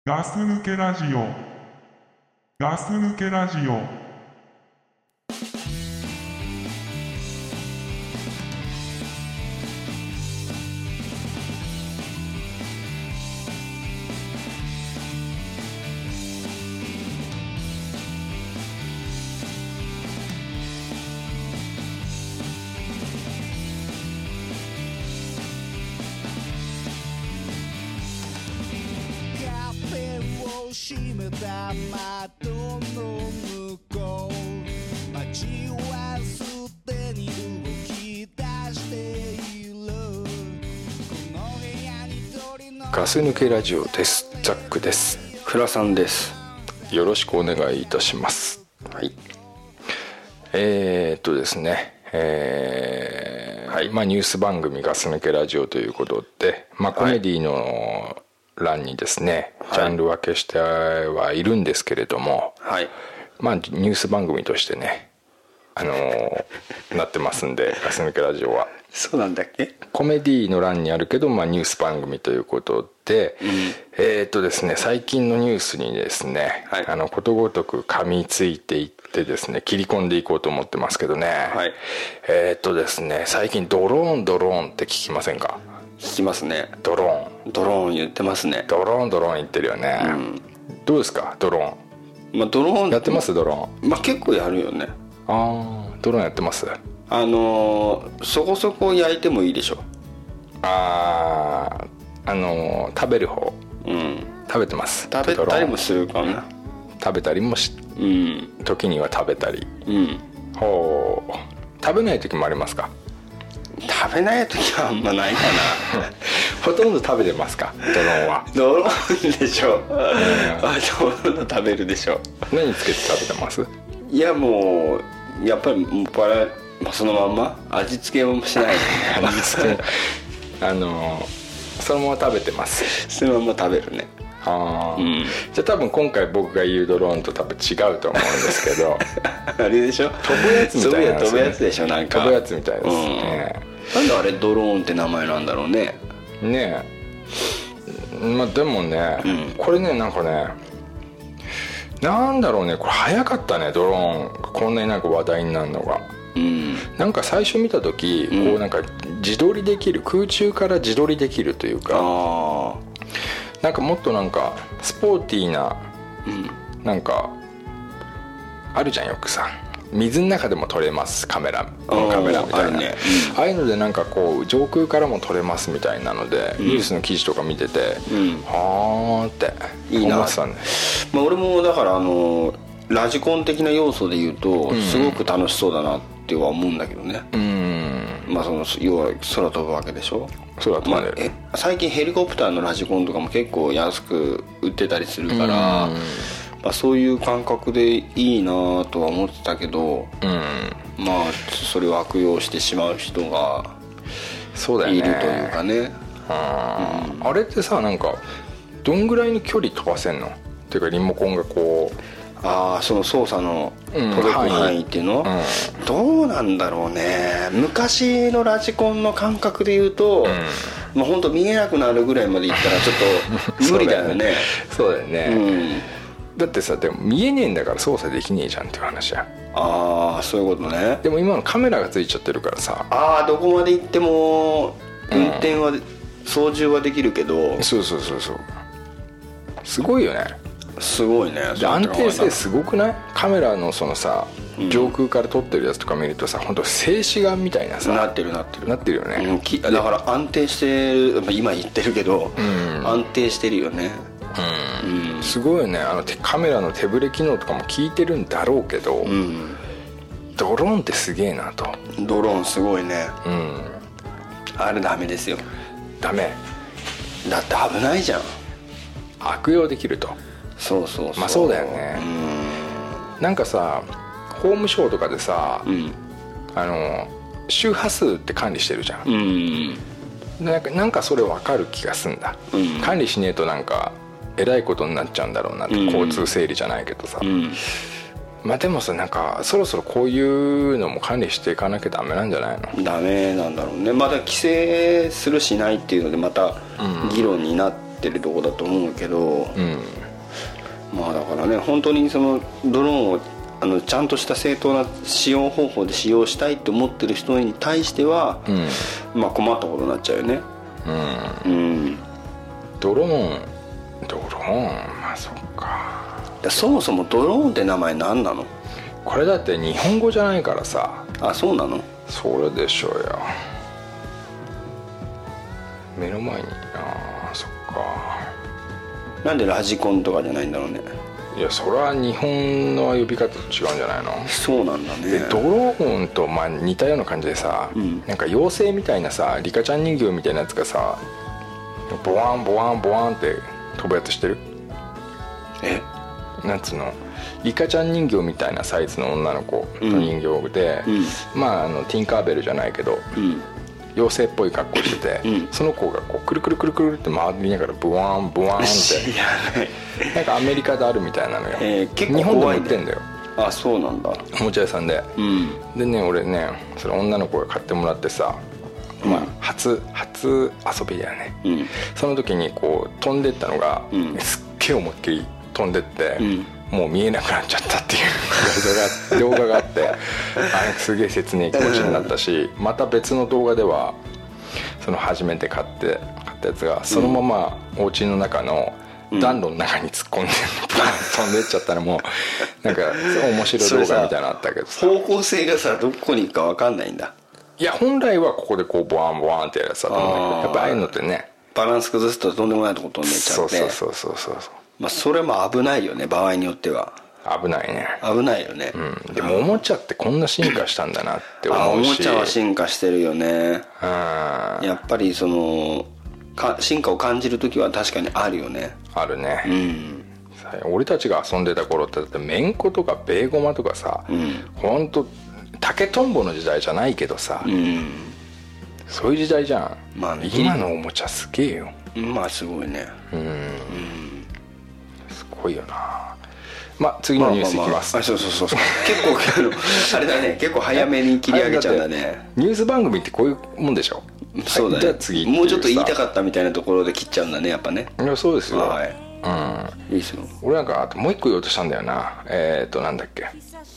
ガス抜けラジオ。ガス抜けラジオ。 閉めた窓の向こう、街はすでに動き出している。この部屋に鳥のガス抜けラジオです。ザックです。 倉さんです。 よろしくお願いいたします。 はい。 ですね、はい、ニュース番組ガス抜けラジオということで、コメディの欄にですね、ジャンル分けしてはいるんですけれども、 はい、 ニュース番組としてね、なってますんで、ガス抜けラジオは。 そうなんだっけ？ コメディの欄にあるけど、ニュース番組ということで、ですね、最近のニュースにですね、 はい、 ことごとく噛みついていってですね、切り込んでいこうと思ってますけどね、 はい、 ですね、最近ドローンって聞きませんか？ 聞きますね。 ドローン言ってますね。 ドローン言ってるよね、どうですかドローン？ ドローンやってます？ドローン、 結構やるよね。 ドローンやってます？ そこそこ焼いてもいいでしょ。 食べる方、食べてます。 食べたりもするかな。 食べたりも時には食べたり、ほう。食べない時もありますか？ 食べない時はあんまないかな。 ほとんど食べてますか？ドローンは。 ドローンでしょ。ほとんど食べるでしょ。 何つけて食べてます？ いやもうやっぱりそのまんま味付けもしない。 味付けそのまま食べてます。 そのまま食べるね。 じゃあ多分今回僕が言うドローンと多分違うと思うんですけどあれでしょ、 飛ぶやつみたいなんですよね。 飛ぶやつでしょ。なんか飛ぶやつみたいですね、 なんであれドローンって名前なんだろうね。 ねえ、でもね、これね、なんかね、なんだろうね、これ早かったね、ドローンこんなになんか話題になるのが。なんか最初見た時、こうなんか自撮りできる、空中から自撮りできるというか、なんかもっとなんかスポーティーな、なんかあるじゃん、よくさ、水の中でも撮れますカメラみたいな、ああいうのでなんかこう上空からも撮れますみたいなので、ニュースの記事とか見てて、はーって思ってたんで、 俺もだからラジコン的な要素で言うと、すごく楽しそうだなっては思うんだけどね。要は空飛ぶわけでしょ。最近ヘリコプターのラジコンとかも結構安く売ってたりするから、そういう感覚でいいなとは思ってたけど、それを悪用してしまう人がいるというかね。 あれってさ、なんかどんぐらいの距離飛ばせんのっていうか、リモコンがこうその操作の届く範囲っていうの、どうなんだろうね。昔のラジコンの感覚で言うと、もう本当見えなくなるぐらいまでいったらちょっと無理だよね。 そうだよね、だってさ、でも見えねえんだから操作できねえじゃんっていう話や。 そういうことね。 でも今のカメラがついちゃってるからさ、 どこまで行っても運転は、操縦はできるけど、 そうすごいよね。 すごいね。 で安定性すごくない？カメラのそのさ、上空から撮ってるやつとか見るとさ、本当静止画みたいなさ、 なってるよね。だから安定してる、今言ってるけど、安定してるよね。 すごいよね。カメラの手ブレ機能とかも効いてるんだろうけど、ドローンってすげえなと。 ドローンすごいね。あれダメですよ。 ダメだって危ないじゃん。 悪用できると。そうだよね。なんかさ、法務省とかでさ、周波数って管理してるじゃん、なんかそれ分かる気がすんだ、管理しねえとなんかえらいことになっちゃうんだろうなって、交通整理じゃないけどさ、でもさ、なんかそろそろこういうのも管理していかなきゃダメなんじゃないの？ ダメなんだろうね。また規制するしないっていうのでまた議論になっってるとこだと思うけど、まあだからね本当にそのドローンをちゃんとした正当な使用方法で使用したいと思ってる人に対しては、まあ困ったことになっちゃうよね。 ドローンまあそっか。 そもそもドローンって名前何なの？ これだって日本語じゃないからさ。 あ、そうなの？ それでしょうよ。目の前に、そっか。 なんでラジコンとかじゃないんだろうね。 いや、それは日本の呼び方と違うんじゃないの？ そうなんだね。 でドローンとまあ似たような感じでさ、なんか妖精みたいなさ、リカちゃん人形みたいなやつがさ、ボワンボワンボワンって飛ぶやつしてる？なんつうの、リカちゃん人形みたいなサイズの女の子の人形で、まあティンカーベルじゃないけど、妖精っぽい格好してて、その子がこうくるくるくるくるって回りながらブワンブワンってなんかアメリカであるみたいなのよ。 結構日本でも売ってんだよ。 あ、そうなんだ。 おもちゃ屋さんで、でね、俺ねそれ女の子が買ってもらってさ、まあ初遊びだよね、その時にこう飛んでったのが、すっげえ思いっきり飛んでって、もう見えなくなっちゃったっていう動画があってあれすげえ切ねえ気持ちになったし、また別の動画ではその初めて買ったやつがそのままお家の中の暖炉の中に突っ込んで飛んでっちゃったのもなんか面白い動画みたいなのあったけどさ、 方向性がさどこに行くか分かんないんだ。 いや本来はここでこうボワンボワンってやるやつだと思うんだけど、やっぱああいうのってねバランス崩すととんでもないとこ飛んでっちゃって、 そうまあそれも危ないよね、場合によっては。 危ないね。 危ないよね、 でもおもちゃってこんな進化したんだなって思うし、 おもちゃは進化してるよね。やっぱりその進化を感じる時は確かにあるよね。 あるね。俺たちが遊んでた頃ってだってめんことかベーゴマとかさ、ほんと竹とんぼの時代じゃないけどさ、そういう時代じゃん、まあね、今のおもちゃすげえよ。 まあすごいね。 すごいよな。まあ次のニュースいきます。 そう結構あれだね、結構早めに切り上げちゃうんだね。 ニュース番組ってこういうもんでしょ。 そうだね。次もうちょっと言いたかったみたいなところで切っちゃうんだね、やっぱね。 いやそうですよ。 はい。いいですよ。 俺なんかあともう一個言おうとしたんだよな。なんだっけ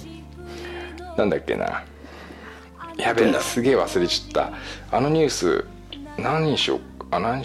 な。やべえな、すげえ忘れちゃった。あのニュース何にしようかな。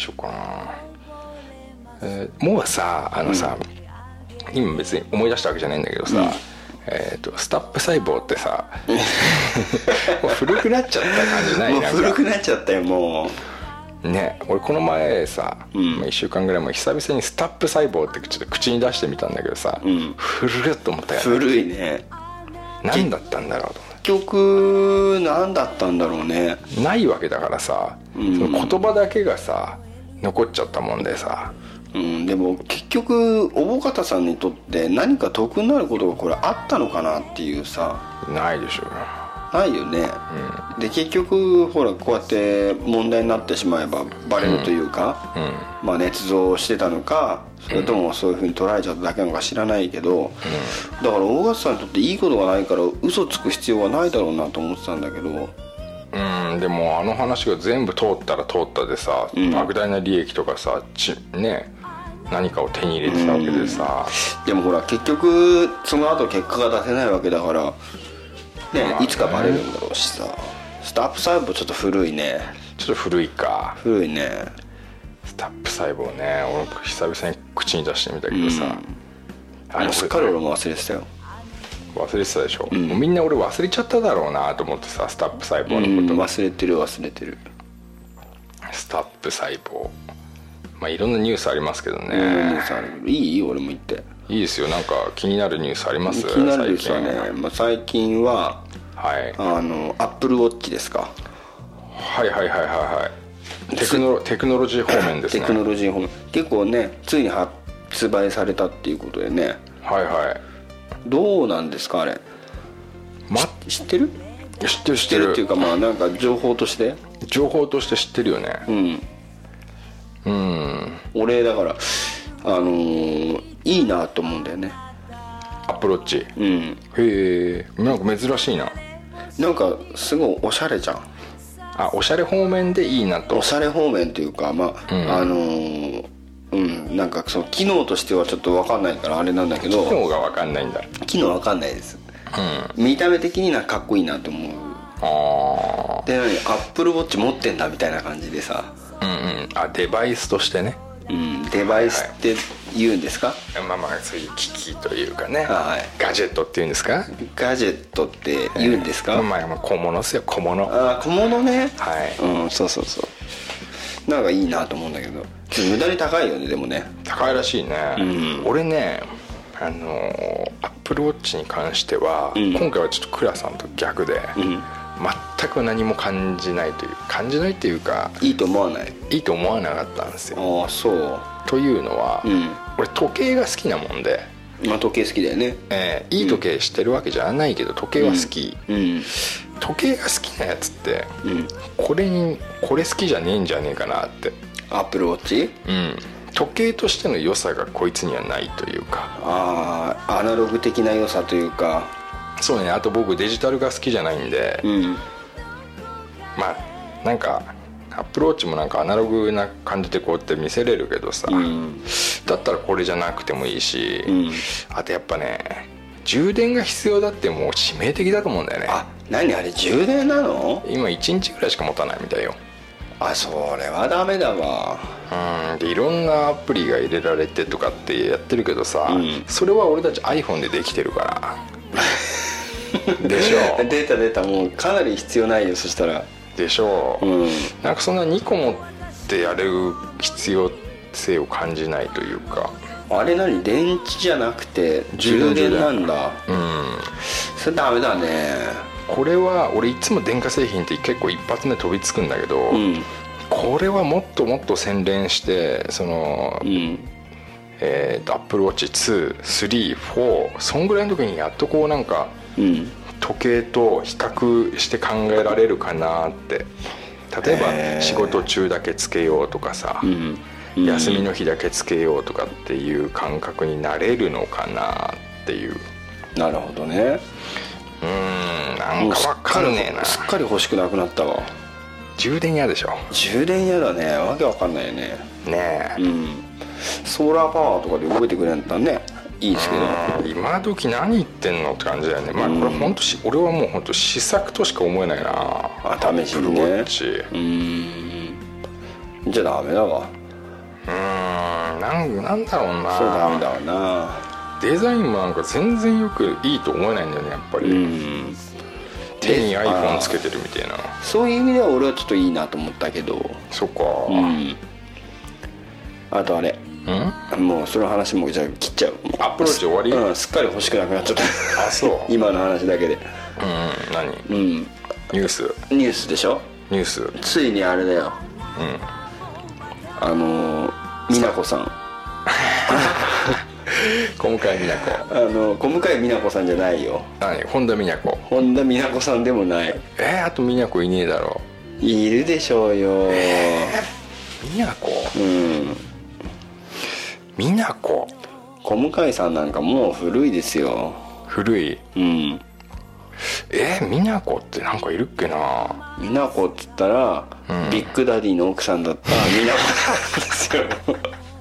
もうさ今別に思い出したわけじゃないんだけどさ、スタップ細胞ってさもう古くなっちゃった感じない？ もう古くなっちゃったよもうね。俺この前さ、1週間ぐらい前久々にスタップ細胞ってちょっと口に出してみたんだけどさ、古っと思ったよね。 古いね。 何だったんだろうと思って。 結局何だったんだろうね。 ないわけだからさ、その言葉だけがさ残っちゃったもんでさ、 でも結局おぼかたさんにとって何か得になることがこれあったのかなっていうさ。 ないでしょうよ。 ないよね、で結局ほらこうやって問題になってしまえばバレるというか、まあ捏造してたのかそれともそういうふうに捉えちゃっただけなのか知らないけど、だから大勝さんにとっていいことがないから嘘つく必要はないだろうなと思ってたんだけど、 でもあの話が全部通ったら通ったでさ、莫大な利益とかさね何かを手に入れてたわけでさ、 でもほら結局その後結果が出せないわけだからね、いつかバレるんだろうしさ。スタップ細胞ちょっと古いね。 ちょっと古いか。 古いね。 スタップ細胞ね、俺久々に口に出してみたけどさ、 すっかり俺も忘れてたよ。 忘れてたでしょ、もうみんな俺忘れちゃっただろうなと思ってさ、スタップ細胞のこと、 忘れてるスタップ細胞、まあいろんなニュースありますけどね。 ニュースある。いい俺も言っていいですよ。なんか気になるニュースあります？ 気になるニュースはね、最近はアップルウォッチですか。テクノロジー方面ですね。 テクノロジー方面結構ねついに発売されたっていうことでね。どうなんですかあれ、知ってる？知ってるっていうか、まあなんか情報として知ってるよね。 俺だからいいなと思うんだよね、 アップルウォッチ。へえ、なんか珍しいな。 なんかすごいおしゃれじゃん。 おしゃれ方面でいいなと。 おしゃれ方面っていうか、まあなんかその機能としてはちょっと分かんないからあれなんだけど、 機能が分かんないんだ。 機能分かんないです、見た目的になんかかっこいいなと思う。でアップルウォッチ持ってんだみたいな感じでさ、 デバイスとしてね、 デバイスって言うんですか、 まあそういう機器というかね、 ガジェットっていうんですか。 ガジェットって言うんですか、 まあ小物ですよ、小物。 小物ね、そうなんかいいなと思うんだけど、無駄に高いよね。でもね高いらしいね、俺ねアップルウォッチに関しては、今回はちょっと倉さんと逆で、全く何も感じないというか、 いいと思わない、 いいと思わなかったんですよ。 そう。 というのは、俺時計が好きなもんで、 時計好きだよね。 いい時計してるわけじゃないけど時計は好き、時計が好きなやつって、これ好きじゃねえんじゃねえかなって。 アップルウォッチ、 時計としての良さがこいつにはないというか、 アナログ的な良さというか。 そうね。あと僕デジタルが好きじゃないんで、まあなんかアップルウォッチもなんかアナログな感じでこうやって見せれるけどさ、だったらこれじゃなくてもいいし、あとやっぱね充電が必要だってもう致命的だと思うんだよね。 何あれ充電なの？ 今1日ぐらいしか持たないみたいよ。 それはダメだわ。 でいろんなアプリが入れられてとかってやってるけどさ、それは俺たち iPhone でできてるからでしょ。 出たもうかなり必要ないよ。そしたらでしょう、なんかそんな2個持ってやる必要性を感じないというか。 あれ何、電池じゃなくて充電なんだ。それダメだね。 これは俺いつも電化製品って結構一発目飛びつくんだけど、これはもっともっと洗練してその、アップルウォッチ2、3、4そんぐらいの時にやっとこうなんか、時計と比較して考えられるかなって。例えば仕事中だけつけようとかさ、休みの日だけつけようとかっていう感覚になれるのかなっていう。 なるほどね。 なんか分かんねえな。 すっかり欲しくなくなったわ。 充電嫌でしょ。 充電嫌だね。わけわかんないよね。 ねえ、 ソーラーパワーとかで動いてくれんだったらねいいですけど、 今時何言ってんのって感じだよね。まあこれ本当俺はもう本当試作としか思えないな。 試しにね。 アップルウォッチじゃあダメだわ。 なんだろうな。 そうダメだわな。 デザインもなんか全然よくいいと思えないんだよねやっぱり。手に iPhone つけてるみたいな。 そういう意味では俺はちょっといいなと思ったけど。 そっか。 あとあれ、もうその話もじゃあ切っちゃう。 アップルウォッチ終わり？ すっかり欲しくなくなっちゃった。 そう今の話だけで。 何？ニュースでしょ。ニュースついにあれだよ。美奈子さん小向井美奈子。小向井美奈子さんじゃないよ。 本田美奈子。 本田美奈子さんでもない。 あと美奈子いねえだろ。 いるでしょうよ。 美奈子。美奈子。 小向井さんなんかもう古いですよ。 古い。美奈子ってなんかいるっけな。 美奈子っつったら、ビッグダディの奥さんだった美奈子なんですよ。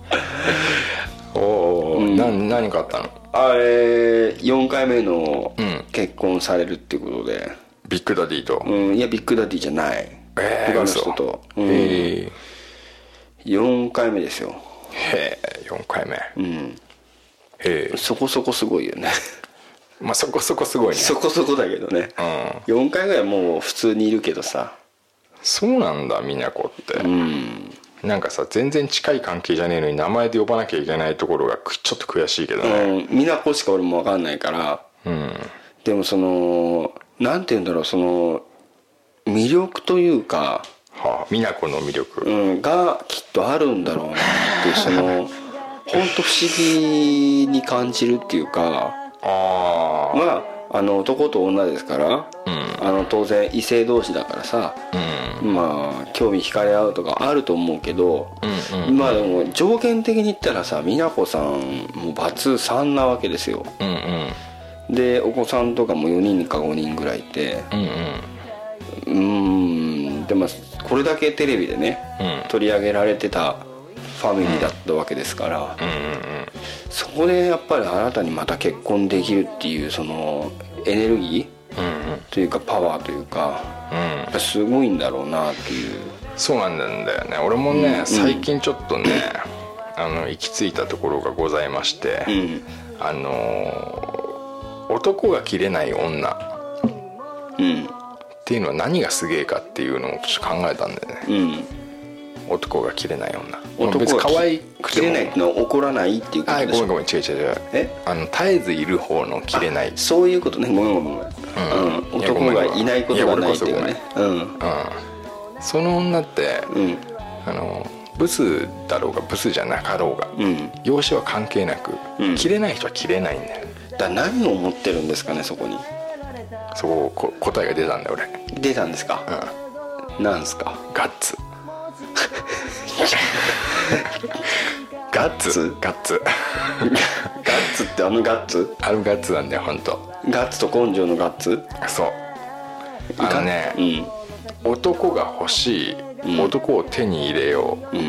何かあったの？ あれ4回目の結婚されるっていうことで。 ビッグダディと？ いやビッグダディじゃない。他の人と。4回目ですよ。 4回目。 そこそこすごいよね。 まあそこそこすごいね。 そこそこだけどね。4回ぐらいもう普通にいるけどさ。 そうなんだ美奈子って。なんかさ全然近い関係じゃねえのに名前で呼ばなきゃいけないところがちょっと悔しいけどね。 美奈子しか俺も分かんないから。でもそのなんて言うんだろう、その魅力というか、 美奈子の魅力、 がきっとあるんだろうなっていうその本当不思議に感じるっていうか。まあ男と女ですから、当然異性同士だからさ、まあ興味惹かれ合うとかあると思うけど、まあでも条件的に言ったらさ美奈子さんもバツ3なわけですよ。でお子さんとかも4人か5人ぐらいいて、でまあこれだけテレビでね、取り上げられてたファミリーだったわけですから、そこでやっぱりあなたにまた結婚できるっていうそのエネルギーというかパワーというか、やっぱすごいんだろうなっていう。 そうなんだよね。俺もね、最近ちょっとね行き着いたところがございまして、男が切れない女っていうのは何がすげえかっていうのをちょっと考えたんだよね、男が切れない女。 男が可愛く切れないっていうのは怒らないっていうことでしょ。 ごめん違う絶えずいる方の切れない、 そういうことね。ごめん、男がいないことがないっていうかね。 その女って、ブスだろうがブスじゃなかろうが、容姿は関係なく、切れない人は切れないんだよ。 だ何を思ってるんですかね、そこに。 そこ答えが出たんだよ俺。 出たんですか。なんすか。 ガッツガッツガッツってあのガッツなんだよ本当。 ガッツと根性のガッツ。 そう男が欲しい、男を手に入れよう、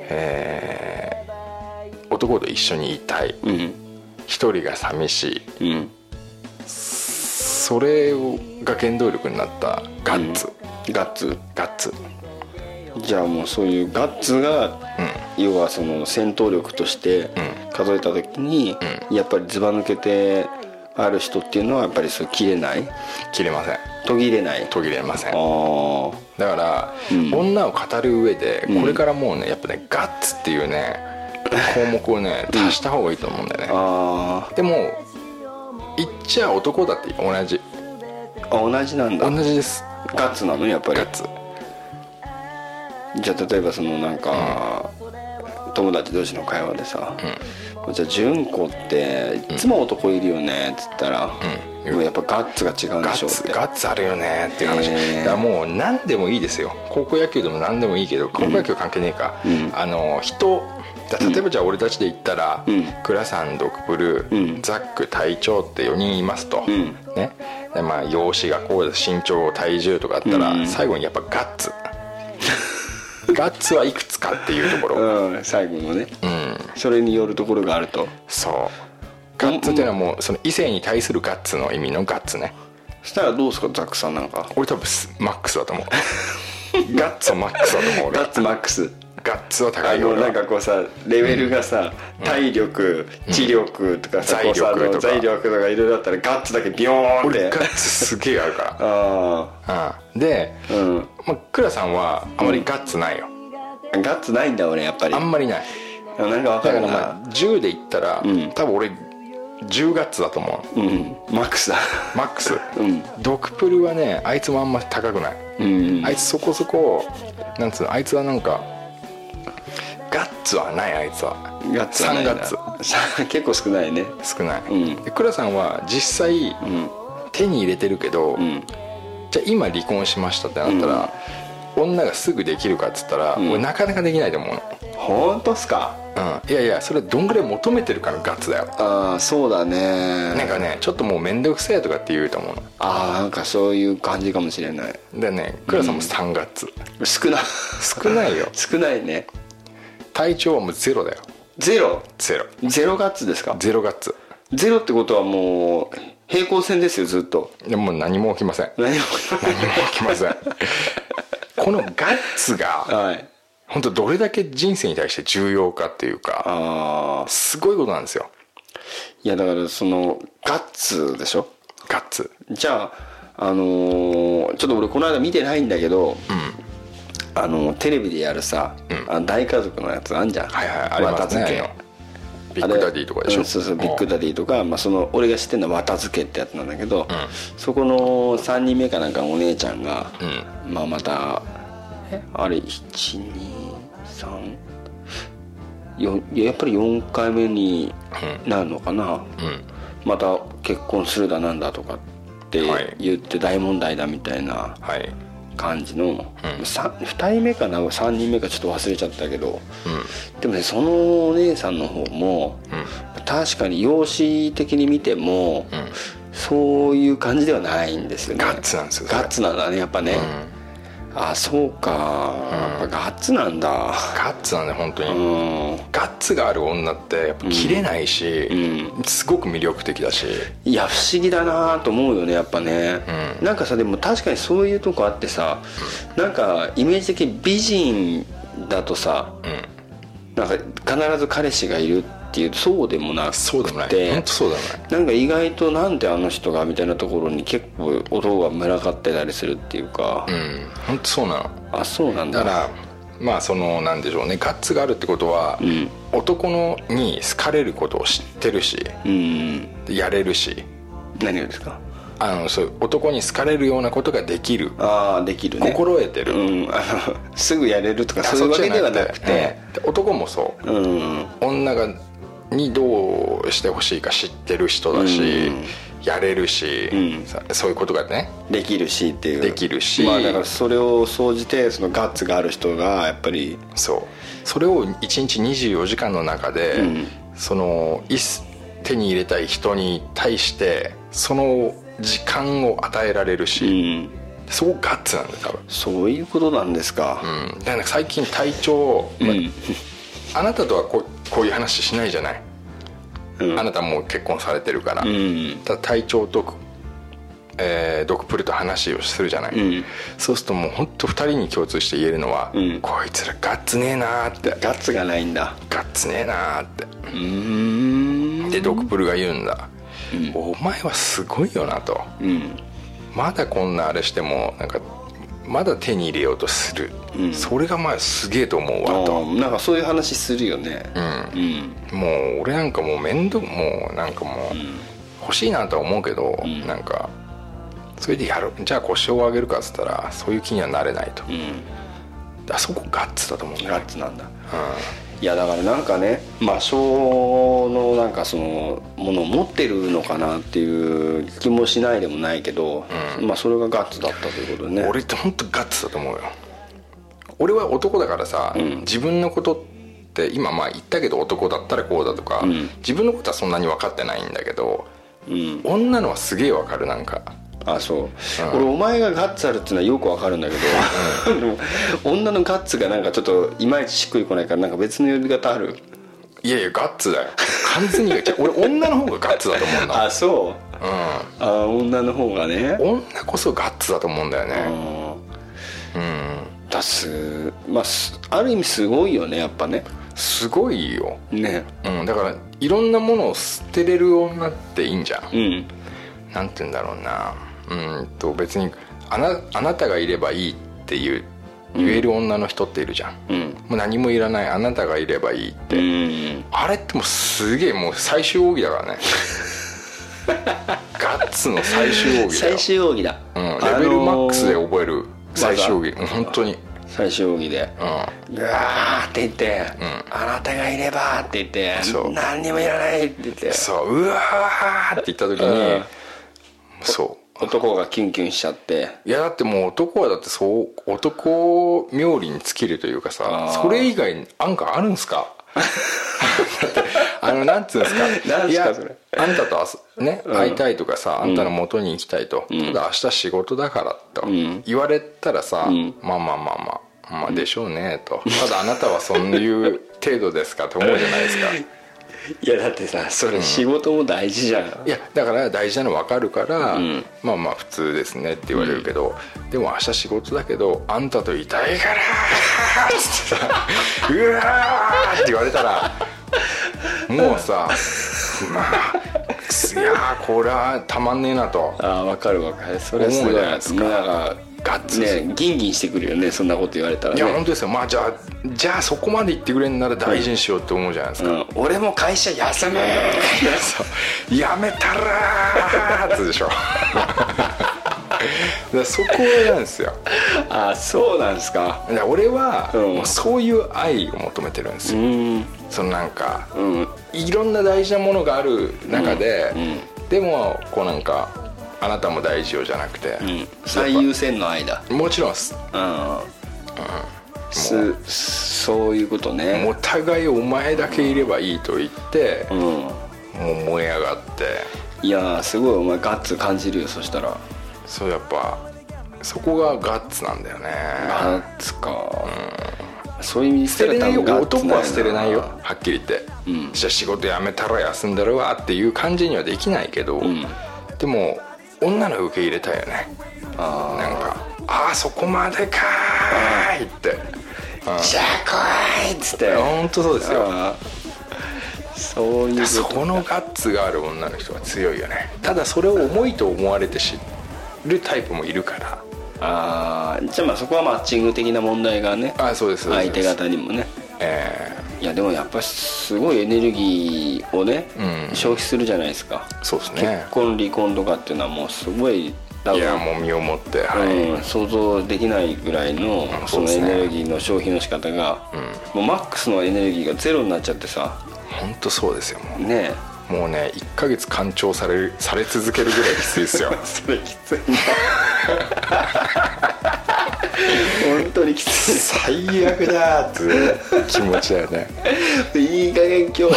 男と一緒にいたい、一人が寂しい、それが原動力になったガッツ、 ガッツ。じゃあもうそういうガッツが、要はその戦闘力として数えた時に、やっぱりずば抜けてある人っていうのはやっぱりそう切れません。途切れません。だから、女を語る上でこれからもうねやっぱねガッツっていうね項目をね足した方がいいと思うんだよね。でも言っちゃ男だって同じ。 同じなんだ。 同じです。 ガッツなのやっぱり。 ガッツ。 じゃあ例えばそのなんか、友達同士の会話でさ、じゃあ純子っていつも男いるよねっつったら、もうやっぱガッツが違うんでしょうって。 ガッツあるよねっていう話。だからもう何でもいいですよ。高校野球でも何でもいいけど、高校野球関係ねえか。例えばじゃあ俺たちで言ったら、倉さん、ドクプル、ザック、隊長って4人いますと、ね。で容姿がこうで身長体重とかあったら、最後にやっぱガッツガッツはいくつかっていうところ、 最後のね、それによるところがあると。 そうガッツっていうのはもうその異性に対するガッツの意味のガッツね。 そしたらどうですかザックさんなんか。 俺多分マックスだと思うガッツはマックスだと思う。 ガッツマックス。 ガッツは高いよ。 なんかこうさレベルがさ、体力、知力とかさ、財力とかいろいろあったらガッツだけビヨーンって。 俺ガッツすげえあるからで、倉さんはあまりガッツないよ。 ガッツないんだ俺やっぱり。 あんまりない。 なんか分かるな。 10で言ったら、多分俺10ガッツだと思う。 マックスだ。 マックス。ドクプルはねあいつもあんま高くない。あいつそこそこなんつうの、あいつはなんかガッツはない。あいつはガッツはないんだ。3ガッツ結構少ないね。 少ない。で倉さんは実際、手に入れてるけど、じゃあ今離婚しましたってなったら、女がすぐできるかっつったら、俺なかなかできないと思うの。 本当っすか。 いやそれどんぐらい求めてるかのガッツだよ。そうだね。なんかねちょっともう面倒くせえとかって言うと思うの。 なんかそういう感じかもしれない。 でね倉さんも3ガッツ。 少ないよ。少ないね。 体調はもうゼロだよ。ゼロガッツですか。 ゼロガッツ。 ゼロってことはもう平行線ですよずっと。 でも何も起きません。何も起きませんこのガッツが、本当どれだけ人生に対して重要かっていうか、すごいことなんですよ。 いやだからそのガッツでしょ。 ガッツ。 じゃあちょっと俺この間見てないんだけど、テレビでやるさ、大家族のやつあんじゃん。 ありますね。ビッグダディとかでしょ。 そうビッグダディとか、その俺が知ってるのは綿漬けってやつなんだけど、そこの3人目かなんかのお姉ちゃんが、またあれ123やっぱり4回目になるのかな、また結婚するだなんだとかって言って大問題だみたいな感じの、2人目かな3人目かちょっと忘れちゃったけど、でもねそのお姉さんの方も、確かに容姿的に見ても、そういう感じではないんですよね。 ガッツなんですよ。 ガッツなんだねやっぱね。 あ、そうか、やっぱガッツなんだ。 ガッツなんだよ本当に、ガッツがある女ってやっぱ切れないし、すごく魅力的だし。 いや不思議だなと思うよねやっぱね、なんかさ、でも確かにそういうとこあってさ、なんかイメージ的に美人だとさ、なんか必ず彼氏がいるっていうそうでもなくて、 そうでもない本当そうでもない、 なんか意外となんであの人がみたいなところに結構男が群がってたりするっていうか、 本当そうなの。 あ、そうなんだ。 だからまあそのなんでしょうね、ガッツがあるってことは、男のに好かれることを知ってるし、やれるし。 何をですか？ そういう男に好かれるようなことができる。 ああ、できるね。 心得てる、 すぐやれるとかそういうわけではなくて、 男もそう、女にどうしてほしいか知ってる人だし、やれるし、そういうことがねできるしっていう。 できるし、 まあだからそれを総じてそのガッツがある人がやっぱりそれを1日24時間の中で、その手に入れたい人に対してその時間を与えられるし、そこガッツなんだよ多分。 そういうことなんですか。 だから最近体調、あなたとはこういう話しないじゃない、あなたもう結婚されてるから、ただ体調と、ドクプルと話をするじゃない、そうするともう本当2人に共通して言えるのは、こいつらガッツねえなーって。 ガッツがないんだ。 ガッツねえなーって。でドクプルが言うんだ、お前はすごいよなと、まだこんなあれしてもなんかまだ手に入れようとする、それがまあすげえと思うわと。 なんかそういう話するよね。 もう俺なんかもうもうなんかもう欲しいなとは思うけど、なんかそれでやる、じゃあ腰を上げるかっつったらそういう気にはなれないと、あそこガッツだと思うんだよ。 ガッツなんだ。いやだからなんかね、魔性のなんかそのものを持ってるのかなっていう気もしないでもないけど、まあそれがガッツだったということでね。 俺って本当ガッツだと思うよ。俺は男だからさ、自分のことって今まあ言ったけど男だったらこうだとか、自分のことはそんなに分かってないんだけど、女のはすげえ分かる。なんかあ、そう、俺お前がガッツあるっていうのはよくわかるんだけど、でも女のガッツがなんかちょっといまいちしっくりこないからなんか別の呼び方ある？ いやいやガッツだよ完全に俺女の方がガッツだと思うんだ。 あ、そう、女の方がね。 女こそガッツだと思うんだよね。 まあある意味すごいよねやっぱね。 すごいよね、 だからいろんなものを捨てれる女っていいんじゃん。なんて言うんだろうな、別にあなたがいればいいって言える女の人っているじゃん、もう何もいらないあなたがいればいいって、あれってもうすげえもう最終奥義だからねガッツの最終奥義だよ。 最終奥義だ、 レベルマックスで覚える最終奥義、本当に最終奥義で、うわーって言って、あなたがいればって言って何にもいらないって言って、 うわーって言った時に、 男がキュンキュンしちゃって。いやだってもう男はだって男冥利に尽きるというかさ、それ以外なんかあるんすかなんつうんですか、 何ですかそれ。 あんたとね会いたいとかさ、あんたの元に行きたいと、ただ明日仕事だからと言われたらさ、まあでしょうねと、ただあなたはそういう程度ですかと思うじゃないですか。 いやだってさそれ仕事も大事じゃん、 いやだから大事なの分かるから、まあ普通ですねって言われるけど、でも明日仕事だけどあんたといたいからってさうわーって言われたらもうさいやこれはたまんねえなと。 分かるそれはすごいじゃないですか。 なんかガッツね、ギンギンしてくるよねそんなこと言われたらね。 いや本当ですよ。まあじゃあそこまで言ってくれんなら大事にしようって思うじゃないですか、 俺も会社休めやめたらーってでしょそこなんですよ。 あ、そうなんですか。 俺はもうそういう愛を求めてるんですよ。そのなんか、いろんな大事なものがある中で、でもこうなんかあなたも大事よじゃなくて、 最優先の愛だ。 もちろんです、 そういうことね。 お互いお前だけいればいいと言って、もう燃え上がって。 いやすごいお前ガッツ感じるよ。そしたらそうやっぱそこがガッツなんだよね。 ガッツか、そういう意味捨てれないよ、 ガッツ男は捨てれないよ、はっきり言って、じゃあ仕事辞めたら休んだるわっていう感じにはできないけど、でも女の受け入れたいよね。なんかそこまでかーいって、 じゃあ来いっつって。 本当そうですよ。 そういうそこのガッツがある女の人は強いよね。ただそれを重いと思われて知るタイプもいるから。 じゃあまあそこはマッチング的な問題がね、 そうです相手方にもね、いやでもやっぱりすごいエネルギーをね、消費するじゃないですか。 そうですね。 結婚離婚とかっていうのはもうすごい多分、 いやもう身をもって、 想像できないぐらいのそのエネルギーの消費の仕方が、もうマックスのエネルギーがゼロになっちゃってさ。 本当そうですよ。もうねもうね1ヶ月干潮され続けるぐらいきついですよ。 それきついな。本当にきつい。 最悪だーって気持ちだよね。 いい加減今日はや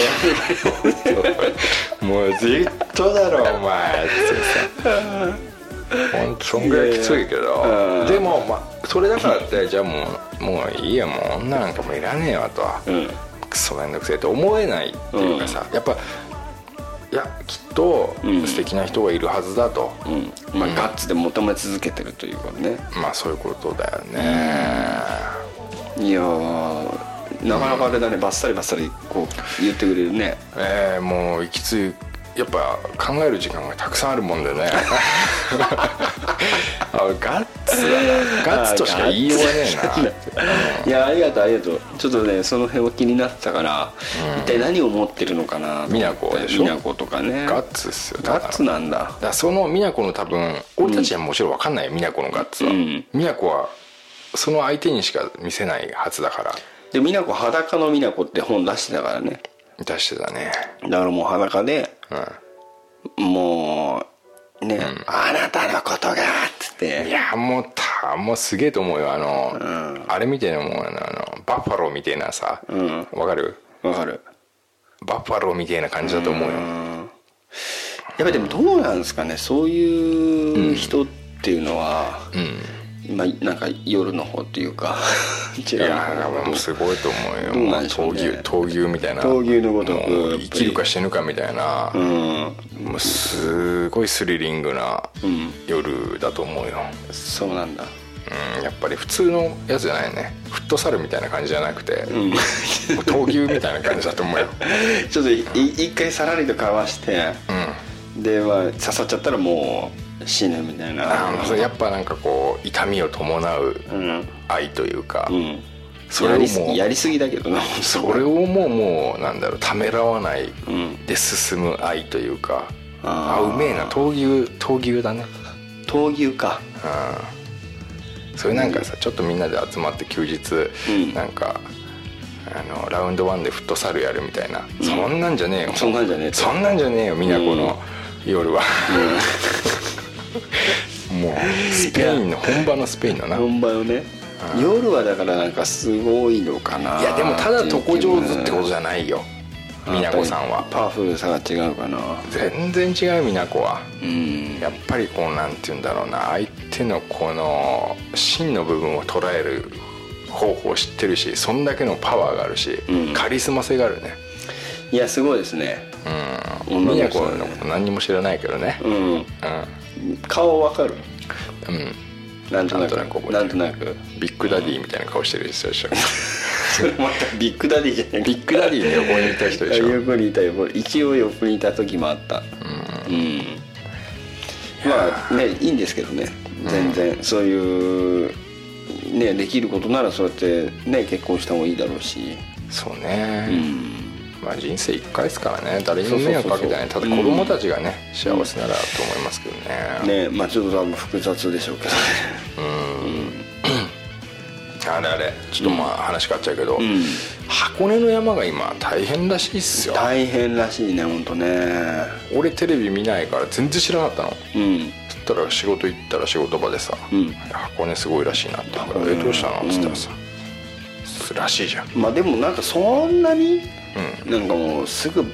めろ。もうずっとだろお前ってさ。本当そんぐらいきついけど、でもそれだからってじゃあもういいや、もう女なんかもいらねえわと、クソめんどくせえって思えないっていうかさ、やっぱいやきっと素敵な人がいるはずだと、 ガッツで求め続けてるというかね。 そういうことだよね。 いやなかなかあれだね、バッサリバッサリこう言ってくれるね。 もうやっぱ考える時間がたくさんあるもんでね。ガッツだな、ガッツとしか言いようがねえな。 いやありがとうちょっとねその辺は気になってたから、一体何を持ってるのかな。 美奈子でしょ。 美奈子とかね、 ガッツっすよ。 ガッツなんだ。 その美奈子の多分俺たちはもちろん分かんないよ、美奈子のガッツは。美奈子はその相手にしか見せないはずだから。 で美奈子裸の美奈子って本出してたからね。 出してたね。 だからもう裸で、もうね、あなたのことがっつって。 いやもうすげえと思うよ。あれみたいなもん、バッファローみたいなさ、わかるわかる。 バッファローみたいな感じだと思うよ。 やっぱりでもどうなんですかね、そういう人っていうのは、今なんか夜の方っていうか違う。いやもうすごいと思うよ。 どうなんでしょうね。 闘牛みたいな、 闘牛のごとく生きるか死ぬかみたいな、もうすごいスリリングな夜だと思うよ。 そうなんだ。 やっぱり普通のやつじゃないね。フットサルみたいな感じじゃなくて、闘牛みたいな感じだと思うよ。 ちょっと一回さらりとかわして、で刺さっちゃったらもう死ぬみたいな。 やっぱなんかこう痛みを伴う愛というか、 それをもうやりすぎだけどな。 それをもうなんだろう、ためらわないで進む愛というか、うめえな。闘牛だね。 闘牛か。 それなんかさ、ちょっとみんなで集まって休日、なんかラウンドワンでフットサルやるみたいな、そんなんじゃねえよ。 そんなんじゃねえ。 そんなんじゃねえよ、美奈子の夜は。もうスペインの本場のスペインのな。 本場のね。夜はだからなんかすごいのかな。 いやでもただ床上手ってことじゃないよ、美奈子さんは。 パワフルさが違うかな。 全然違う。美奈子はやっぱりこうなんて言うんだろうな、相手のこの芯の部分を捉える方法を知ってるし、そんだけのパワーがあるし、カリスマ性があるね。 いやすごいですね。 美奈子のこと何にも知らないけどね。 顔わかる。なんとなくビッグダディみたいな顔してる人でしょ。 またビッグダディじゃない。 ビッグダディの横にいた人でしょ。 横にいたよ。一応横にいた時もあった。まあね、いいんですけどね、全然そういうね、できることならそうやってね結婚した方がいいだろうし。 そうね。人生1回ですからね、誰にも迷惑かけてない。ただ子供たちがね幸せならと思いますけどね。 ちょっと多分複雑でしょうけどね。 あれちょっと話変わっちゃうけど、箱根の山が今大変らしいっすよ。 大変らしいね、本当ね。 俺テレビ見ないから全然知らなかったの。そしたら仕事行ったら仕事場でさ、箱根すごいらしいなって言うから、どうしたのっつったらさ、らしいじゃん。 でもなんかそんなになんかもうすぐバッ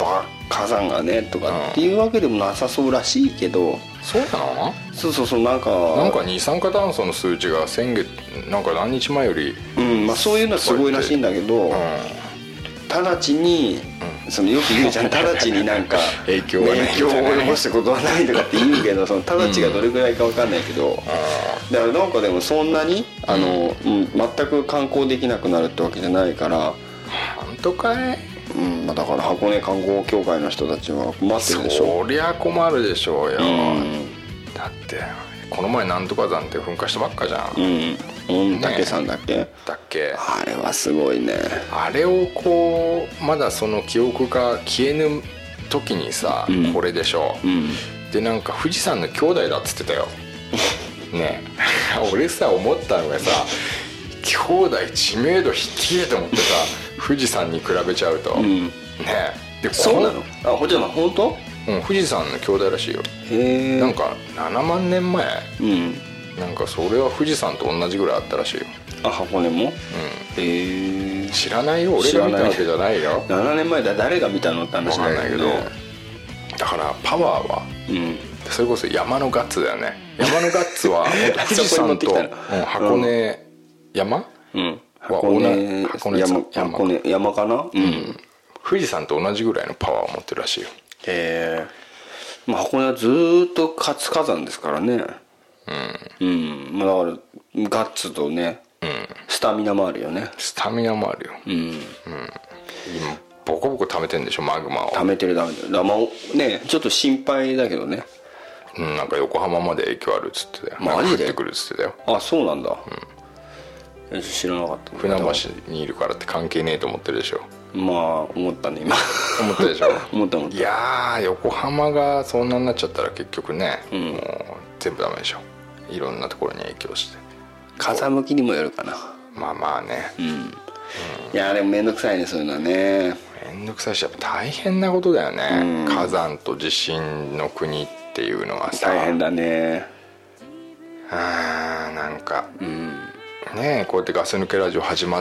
火山がねとかっていうわけでもなさそうらしいけど、 そうなの？ そうなんか二酸化炭素の数値が先月なんか何日前より、 まあ、そういうのはすごいらしいんだけど、直ちに、そのよく言うじゃん、直ちになんか影響を及ぼすことはないとかって言うけど、その直ちがどれくらいか分かんないけど、だからなんかでもそんなに全く観光できなくなるってわけじゃないから。 本当かい？ まあ、だから箱根観光協会の人たちは困ってるでしょ。 そりゃ困るでしょうよ、だってこの前なんとか山って噴火したばっかじゃん。 御嶽山だっけ？ だっけ？ あれはすごいね。 あれをこうまだその記憶が消えぬ時にさ、これでしょ、でなんか富士山の兄弟だっつってたよね俺さ思ったのがさ、兄弟知名度低えと思ってさ富士山に比べちゃうと、ねでそうなの？あ、ほんと本当？ 富士山の兄弟らしいよ。 へえ。 なんか7万年前、なんかそれは富士山と同じぐらいあったらしいよ。 あ、箱根も？へえ。 知らないよ、俺が見たわけじゃないよ。 7年前だ、誰が見たのって話だよね。 分かんないけど、だからパワーは、それこそ山のガッツだよね。山のガッツは富士山と箱根山箱根山かな。 富士山と同じぐらいのパワーを持ってるらしいよ。 へえ。まあ、箱根はずっと活火山ですからね。まあ、だからガッツとね、スタミナもあるよね。 スタミナもあるよ。今ボコボコ溜めてんでしょ、マグマを。溜めてるだからまあね、ちょっと心配だけどね。 なんか横浜まで影響あるっつってたよ。 マジで？ 降ってくるっつってたよ。 あ、そうなんだ。知らなかった。 船橋にいるからって関係ねえと思ってるでしょ。 まあ思ったね今思ったでしょ思ったいやー、横浜がそんなになっちゃったら結局ね、もう全部ダメでしょ。いろんなところに影響して。 風向きにもよるかな。 まあね、 いやでも面倒くさいね、そういうのはね。 面倒くさいし、やっぱ大変なことだよね、火山と地震の国っていうのはさ。 大変だね。 なんか、ねえ、こうやってガス抜けラジオ始まって、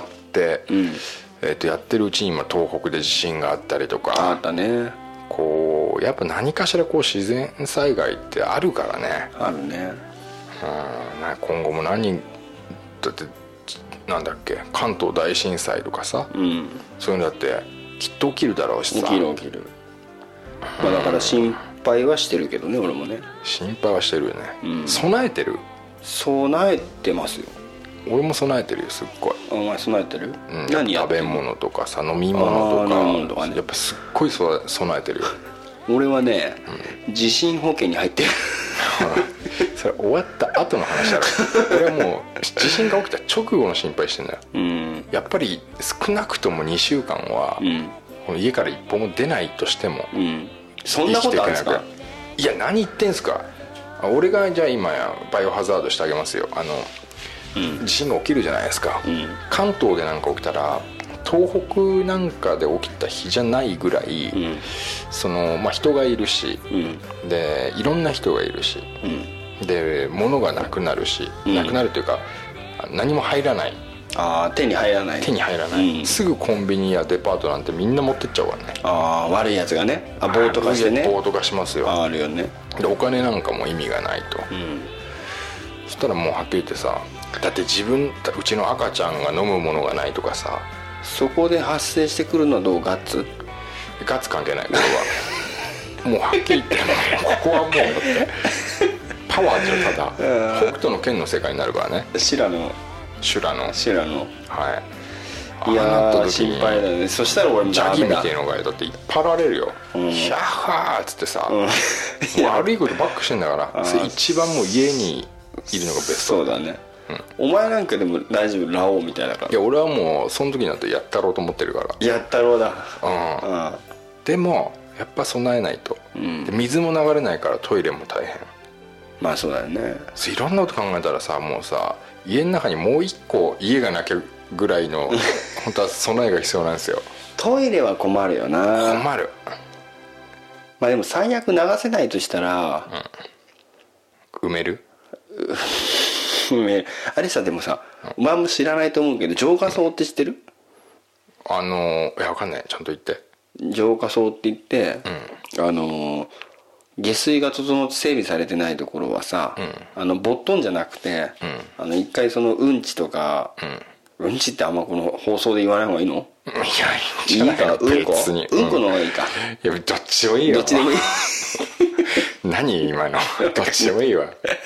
やってるうちに今東北で地震があったりとかあったね。 こうやっぱ何かしらこう自然災害ってあるからね。 あるね。 今後もだってなんだっけ、関東大震災とかさ、そういうのだってきっと起きるだろうしさ。 起きる。まあだから心配はしてるけどね、俺もね。 心配はしてるよね。備えてる？ 備えてますよ。 俺も備えてるよ、すっごい。 お前備えてる？ 何やってる？食べ物とかさ、飲み物とか、やっぱすっごい備えてるよ。 俺はね、地震保険に入ってるそれ終わった後の話だろ俺はもう地震が起きた直後の心配してんだよ。やっぱり少なくとも2週間は、この家から一歩も出ないとしても、 そんなことあるんですか？ いや、何言ってんすか。俺がじゃあ今バイオハザードしてあげますよ。地震が起きるじゃないですか、関東でなんか起きたら東北なんかで起きた日じゃないぐらい、人がいるし、でいろんな人がいるし、で物がなくなるし、なくなるというか何も入らない。 手に入らない、 すぐコンビニやデパートなんてみんな持ってっちゃうからね。 悪いやつがね、暴徒化してね。 暴徒化しますよ。 あるよね。 でお金なんかも意味がないと、そしたらもうはっきり言ってさ、だってうちの赤ちゃんが飲むものがないとかさ。 そこで発生してくるのはどう？ガッツ関係ない、これはもうはっきり言ってここはもうだってパワーじゃただ北斗の拳の世界になるからね。 修羅のはい。 いやー心配だよね。そしたら俺もジャギみたいのがだっていっぱいられるよ、ヒャッハーっつってさ、悪いことばっかしてんだからそれ一番もう家にいるのがベスト。 そうだね。お前なんかでも大丈夫、ラオウみたいだから。 いや俺はもうその時になってやったろうと思ってるから。 やったろうだ。 でもやっぱ備えないと、で水も流れないからトイレも大変。 まあそうだよね。 いろんなこと考えたらさ、もうさ家の中にもう一個家がなきゃぐらいの本当は備えが必要なんですよ。 トイレは困るよな。 困る。 まあでも最悪流せないとしたら、 埋めるあれさ、でもさ、お前も知らないと思うけど浄化槽って知ってる？ いや分かんない、ちゃんと言って。 浄化槽って言って、下水が整って整備されてないところはさ、ボットンじゃなくて、一回そのうんちとか、うんちってあんまこの放送で言わない方がいいの？ いや、いいんじゃないの？ うんこ？ 別にうんこの方がいいか。 いや、どっちもいいよ。 どっちでもいい。 何今の？どっちでもいいわ。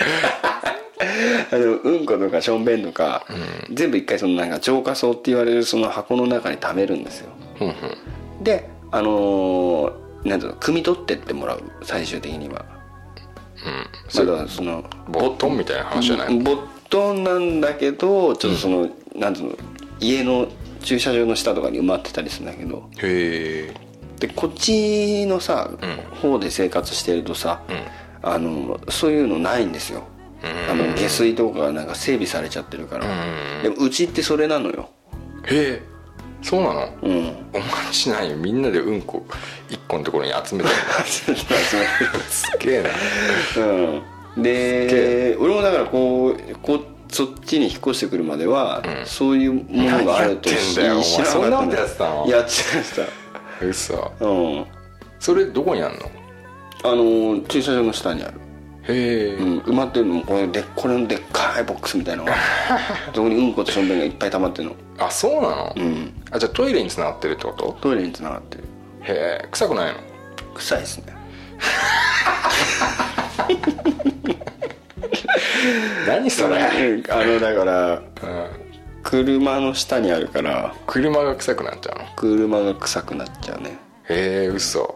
うんことかしょんべんとか、全部一回そのなんか浄化槽って言われるその箱の中に溜めるんですよ。でなんていうの、汲み取ってってもらう、最終的には。まだそのボットンみたいな話じゃない？ ボットンなんだけど、ちょっとその、なんていうの、家の駐車場の下とかに埋まってたりするんだけど。 へえ。 でこっちのさ、方で生活してるとさ、そういうのないんですよ。下水とかがなんか整備されちゃってるから。でもうちってそれなのよ。 へえ、そうなの？お前しないよ、みんなでうんこ一個のところに集めてる。すげえな。 で俺もだからそっちに引っ越してくるまでは、そういうものがあると知らなかったんだよ。お前そんなことやってたの？ やってました。 嘘。それどこにあんの？ 駐車場の下にある。 へえ。 埋まってるのもこれのでっかいボックスみたいなのがそこにうんことしょんべんがいっぱい溜まってるの。 あ、そうなの？あ、じゃあトイレに繋がってるってこと？ トイレに繋がってる。 へえ。臭くないの？ 臭いですね。 何それ？ だから、車の下にあるから、 車が臭くなっちゃうの？ 車が臭くなっちゃうね。 へえ、嘘。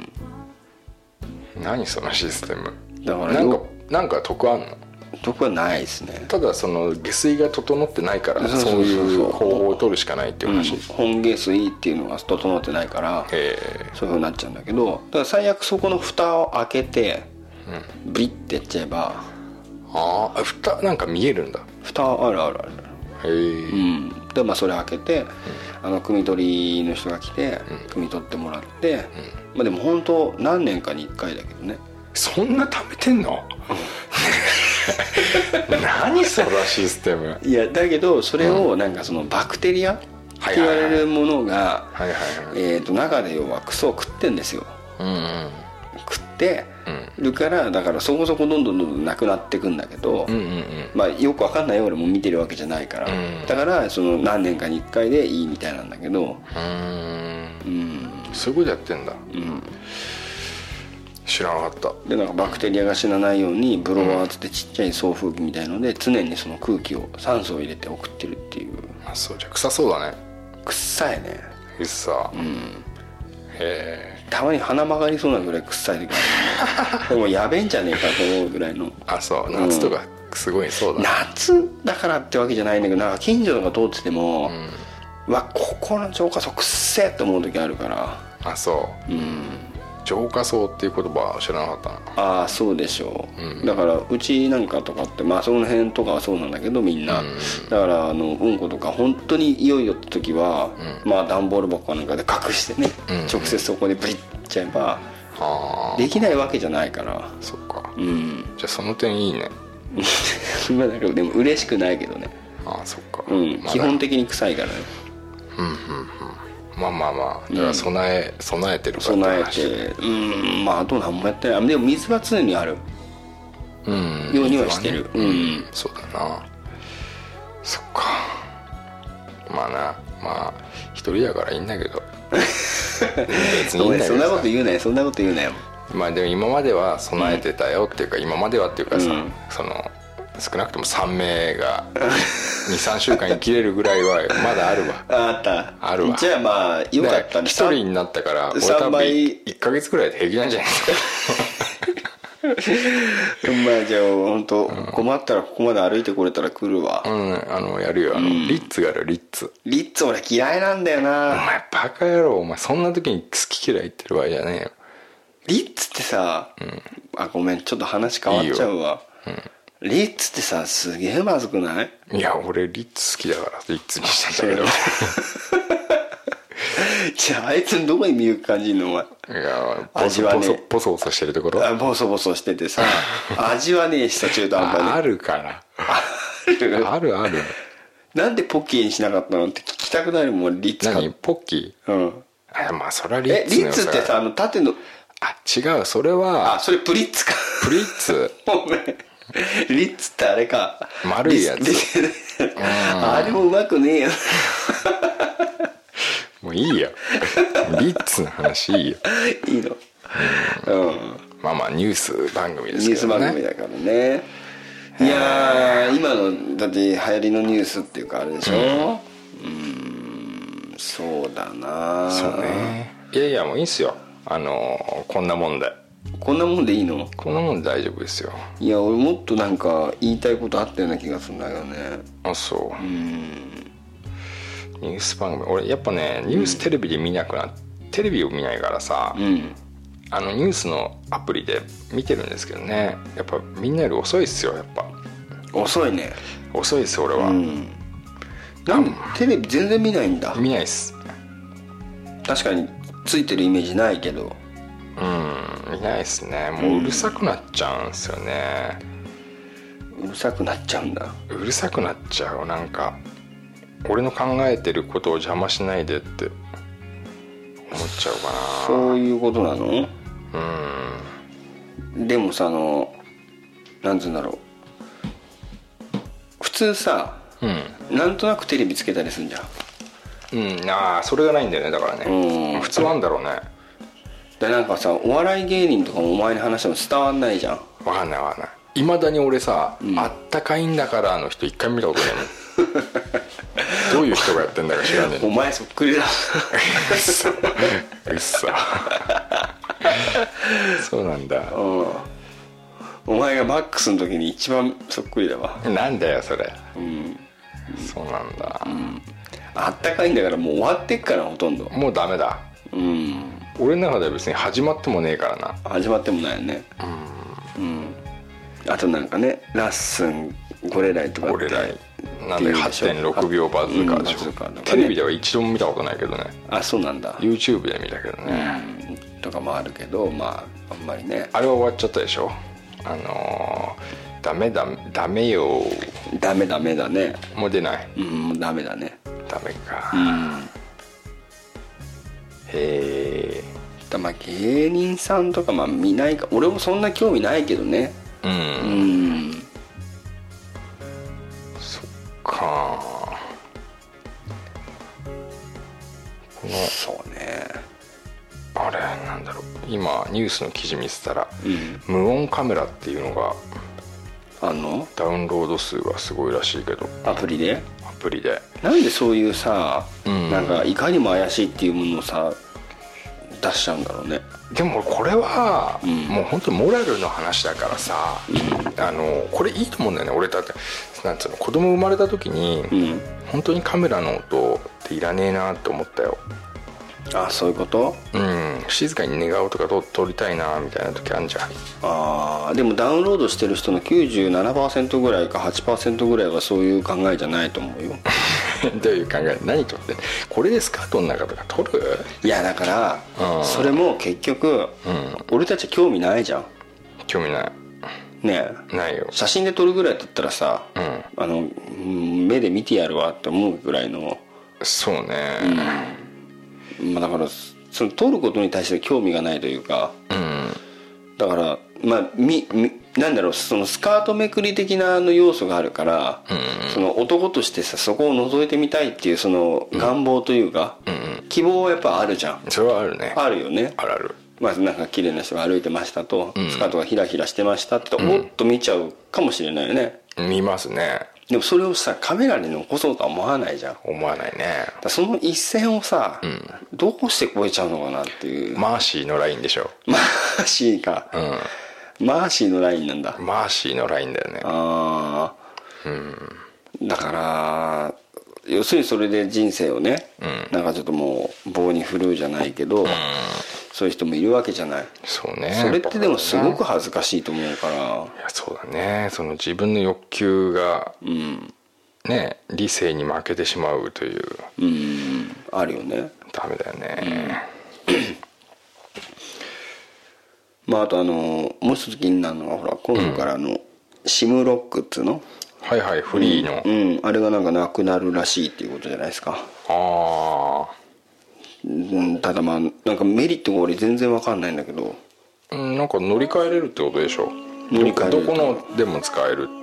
何そのシステム？ だからなんか得あんの？ 得はないですね。 ただその下水が整ってないから、そういう方法を取るしかないっていう話。 本下水っていうのが整ってないから、そういう風になっちゃうんだけど、だから最悪そこの蓋を開けて、ブリッてやっちゃえば。 蓋なんか見えるんだ。 蓋ある。へえ。でまあそれ開けて、汲み取りの人が来て、汲み取ってもらって、まあでも本当何年かに1回だけどね。 そんな貯めてんの？何そのシステム。 いやだけどそれをなんかそのバクテリアって言われるものが中で要はクソを食ってんですよ。食ってるから、だからそこそこどんどんなくなっていくんだけど、まあよくわかんないよ、俺も見てるわけじゃないから、だからその何年かに1回でいいみたいなんだけど。 そういうことやってんだ。知らなかった。 でなんかバクテリアが死なないようにブロワーってちっちゃい送風機みたいので常にその空気を酸素を入れて送ってるっていう。 あ、そう。じゃ臭そうだね。 臭いね。 臭。へえ。 たまに鼻曲がりそうなぐらい臭い時ある。でもやべえんじゃねえかと思うぐらいの。 あ、そう。夏とかすごいそうだね。 夏だからってわけじゃないんだけど、なんか近所とか通ってても、ここの浄化槽くっせえって思う時あるから。 あ、そう。浄化槽っていう言葉は知らなかったな。 ああ、そうでしょう。だからうちなんかとかってまあその辺とかはそうなんだけど、みんな、だからうんことか本当にいよいよって時は、まあ段ボール箱なんかで隠してね、直接そこでブリッちゃえばできないわけじゃないから。 そっか。じゃあその点いいね。 まあだからでも嬉しくないけどね。 ああ、そっか。 基本的に臭いからね。 まあだから備えてるから。 備えて、まああと何もやってない。でも水は常にあるようにはしてる。 そうだな。そっか。まあ一人だからいいんだけど。別にいいんだけど。 そんなこと言うなよ。 まあでも今までは備えてたよっていうか、今まではっていうかさ、その少なくとも3名が 2,3 週間生きれるぐらいはまだあるわ。あるわ。 じゃあまあよかったね。 1人になったから俺多分1ヶ月ぐらいで平気なんじゃないまあじゃあ本当困ったらここまで歩いてこれたら来るわ。 やるよ。リッツがある。リッツ俺嫌いなんだよな。 お前バカ野郎、お前そんな時に好き嫌い言ってる場合じゃねえよ。 リッツってさ、ごめんちょっと話変わっちゃうわ。リッツってさすげえまずくない？ いや俺リッツ好きだからリッツにしたんだけど。 じゃああいつどこに見ゆく感じんのお前。いや味はね、ボソボソしてるところ。 ボソボソしててさ味はねえしさ、中途半端にあるからあるなんでポッキーにしなかったのって聞きたくなるもん。リッツ何ポッキー？ まあそれはリッツリッツってさ縦の違う、それはそれプリッツか。 プリッツごめん、リッツってあれか、 丸いやつ。 あれもうまくねえよ。 もういいよ、リッツの話いいよ。 いいの。 まあまあニュース番組ですニュースけどね。 番組だからね。いやー、今のだって流行りのニュースっていうかあれでしょ。そうだな。 そうね。いやいやもういいっすよ、こんなもんで。 こんなもんでいいの？ こんなもんで大丈夫ですよ。 いや俺もっとなんか言いたいことあったような気がするんだけどね。 あ、そう。ニュース番組、俺やっぱねニューステレビで見なくなって、テレビを見ないからさ、ニュースのアプリで見てるんですけどね、やっぱみんなより遅いっすよ。やっぱ遅いね。 遅いっす俺は。 なんでテレビ全然見ないんだ？ 見ないっす。 確かについてるイメージないけど。 見ないっすね。もううるさくなっちゃうんすよね。 うるさくなっちゃうんだ。 うるさくなっちゃう。なんか俺の考えてることを邪魔しないでって思っちゃうかな。 そういうことなの？でもさ、なんつうんだろう、普通さ、なんとなくテレビつけたりするんじゃん。 それがないんだよね。だからね、普通はあんだろうね。 でなんかさ、お笑い芸人とかもお前に話しても伝わんないじゃん。 わかんないわかんない。いまだに俺さ、あったかいんだからの人一回見たことないもん。どういう人がやってんだか知らねえ。 お前そっくりだ。 うっそそうなんだ。 お前がマックスの時に一番そっくりだわ。 なんだよそれ。そうなんだ。 あったかいんだからもう終わってっからほとんど。 もうダメだ。俺の中では別に始まってもねえからな。 始まってもないよね。あとなんかね、ラッスンゴレライとかってゴレライなんで 8.6 秒バズーカーでしょ、テレビでは一度も見たことないけどね。 あ、そうなんだ。 YouTube で見たけどね、 とかもあるけど、まああんまりね。 あれは終わっちゃったでしょ。ダメよ。 ダメだね。 もう出ない。 もうダメだね。 ダメか。へえ。 まあ芸人さんとかまあ見ないか。俺もそんな興味ないけどね。 そっか。 そうね。 あれなんだろう、今ニュースの記事見てたら、無音カメラっていうのがダウンロード数がすごいらしいけど。 アプリでなんでそういうさ、なんかいかにも怪しいっていうものをさ出しちゃうんだろうね。 でもこれは、もう本当にモラルの話だからさ、これいいと思うんだよね。俺だってなんつうの、子供生まれた時に、本当にカメラの音っていらねえなって思ったよ。 あ、そういうこと？ 静かに寝顔とか撮りたいなみたいな時あるじゃん。 でもダウンロードしてる人の 97% ぐらいか 8% ぐらいはそういう考えじゃないと思うよ。 どういう考え？何撮って？これでスカートの中とか撮る？ いやだから、それも結局、俺たち興味ないじゃん。 興味ないねえ。ないよ。写真で撮るぐらいだったらさ、目で見てやるわって思うぐらいの。 そうね。 まあだからその撮ることに対して興味がないというか、だからまあなんだろう、そのスカートめくり的な要素があるから、その男としてさ、そこを覗いてみたいっていうその願望というか、希望はやっぱあるじゃん。 それはあるね。 あるよね。 ある。 まずなんか綺麗な人が歩いてましたと、スカートがヒラヒラしてましたっておっと見ちゃうかもしれないよね。 見ますね。 でもそれをさカメラに残そうとは思わないじゃん。 思わないね。 その一線をさ、どうして越えちゃうのかなっていう。 マーシーのラインでしょ。 マーシーか。マーシーのラインなんだ。 マーシーのラインだよね。 だから要するにそれで人生をね、なんかちょっともう棒に振るうじゃないけど、そういう人もいるわけじゃない。 そうね。 それってでもすごく恥ずかしいと思うから。いやそうだね。その自分の欲求が、ね、理性に負けてしまうという、 あるよね。 ダメだよね。 まああともう一つ気になるのがほら今度からシムロックっつうの、 はいはい、フリーの、 あれがなんかなくなるらしいっていうことじゃないですか。 ただまあなんかメリットが俺全然わかんないんだけど、 なんか乗り換えれるってことでしょ。 乗り換えれるどこのでも使えるって。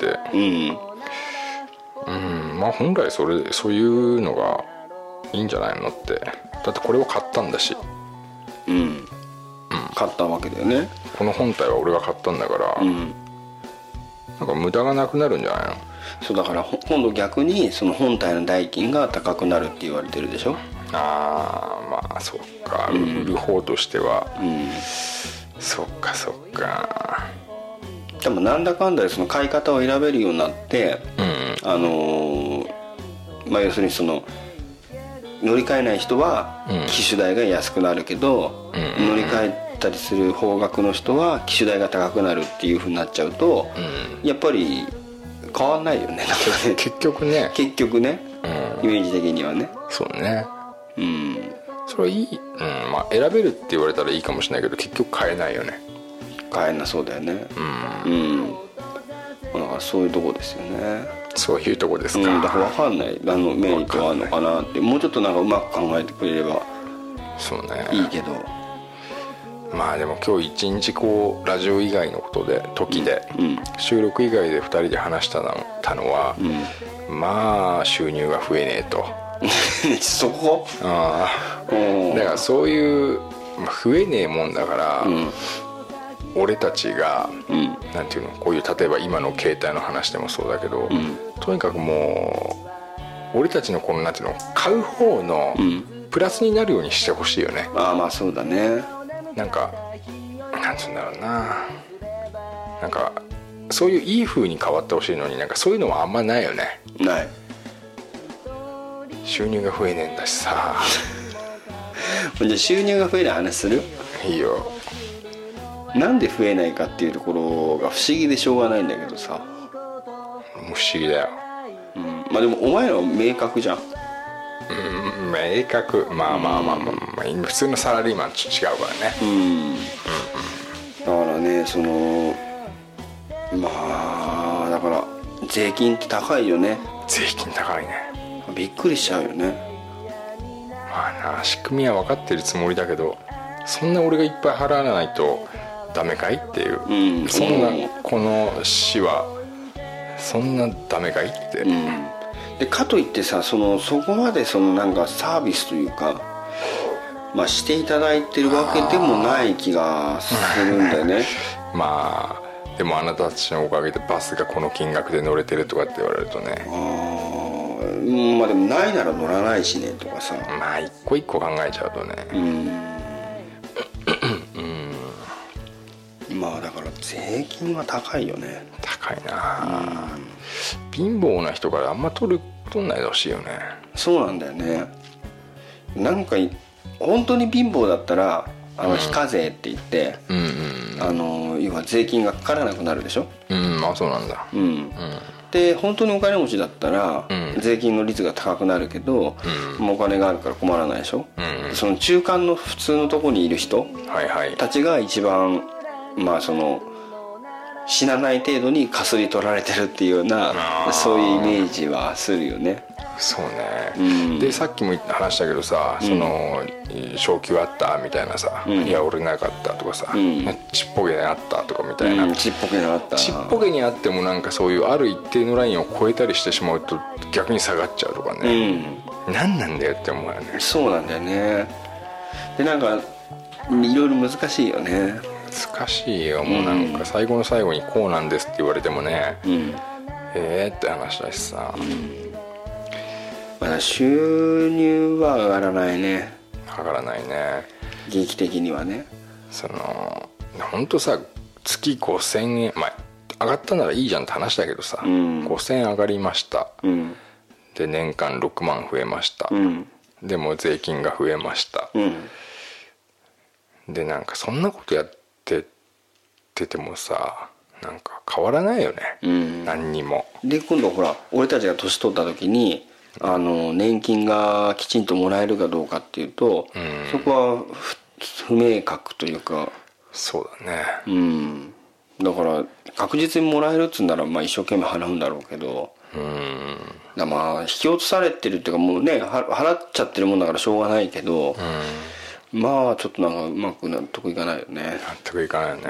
まあ本来そういうのがいいんじゃないのって。だってこれを買ったんだし。 買ったわけだよね。 この本体は俺が買ったんだから、なんか無駄がなくなるんじゃないの。 そうだから今度逆にその本体の代金が高くなるって言われてるでしょ。 ああ、まあそっか、売る方としては、そっかそっか。 でもなんだかんだでその買い方を選べるようになって、まあ要するにその乗り換えない人は機種代が安くなるけど、乗り換えたりする方角の人は機種代が高くなるっていう風になっちゃうと、やっぱり変わんないよね。 結局ね、 イメージ的にはね。 そうね。それはいい、まあ選べるって言われたらいいかもしれないけど、結局買えないよね。 買えなそうだよね。だからそういうとこですよね。 そういうとこですか。 だから分かんない、メリットがあるのかなって。もうちょっとなんかうまく考えてくれればそうね、 いいけど。 まあでも今日一日こうラジオ以外のことで時で、収録以外で2人で話したのは、まあ収入が増えねえと。 そこ？ だからそういう、増えねえもんだから、俺たちが、なんていうの、こういう例えば今の携帯の話でもそうだけど、とにかくもう俺たちのこのなんていうの、買う方のプラスになるようにしてほしいよね。 まあそうだね。 なんかなんていうんだろうな、なんかそういういい風に変わってほしいのに、なんかそういうのはあんまないよね。 ない。 収入が増えねえんだしさ。 じゃあ収入が増えない話する？ いいよ。 なんで増えないかっていうところが不思議でしょうがないんだけどさ。 もう不思議だよ。 まあでもお前らは明確じゃん。 明確。まあ普通のサラリーマンと違うからね。 だからね、そのまあだから税金って高いよね。 税金高いね。 びっくりしちゃうよね。 まあな、仕組みは分かってるつもりだけど、そんな俺がいっぱい払わないとダメかいっていう、そんなこの市はそんなダメかいって、 でかといってさ、そこまでなんかサービスというか、まあしていただいてるわけでもない気がするんだよね。まあでもあなたたちのおかげでバスがこの金額で乗れてるとかって言われるとね、 まあでもないなら乗らないしねとかさ、 まあ一個一個考えちゃうとね、 まあだから税金は高いよね。 高いな。貧乏な人からあんま取んないでほしいよね。 そうなんだよね。なんか本当に貧乏だったら非課税って言って、要は税金がかからなくなるでしょ。 あ、そうなんだ。 で本当にお金持ちだったら、税金の率が高くなるけど、もうお金があるから困らないでしょ。その中間の普通のとこにいる人たちが一番、まあ死なない程度にかすり取られてるっていうような、そういうイメージはするよね。 そうね、でさっきも話したけどさ、昇給あったみたいなさ、いや俺なかったとかさ、ちっぽけにあったとかみたいな、 ちっぽけにあった、 ちっぽけにあってもなんかそういうある一定のラインを超えたりしてしまうと逆に下がっちゃうとかね、何なんだよって思うよね。 そうなんだよね。でなんかいろいろ難しいよね。 難しいよ。もうなんか最後の最後にこうなんですって言われてもね、って話だしさ、 まだ収入は上がらないね。 上がらないね、 劇的にはね。 本当さ、月5000円、まあ上がったならいいじゃんって話だけどさ、5000円上がりました、で年間6万増えました、でも税金が増えました、でなんかそんなことやっててもさ、なんか変わらないよね、何にも。 で今度ほら俺たちが年取った時に年金がきちんともらえるかどうかっていうと、そこは不明確というか。 そうだね。 だから確実にもらえるっつうんなら、まあ一生懸命払うんだろうけど、 まあ引き落とされてるっていうかもうね払っちゃってるもんだからしょうがないけど、まあちょっとなんかうまく納得いかないよね。 納得いかないよ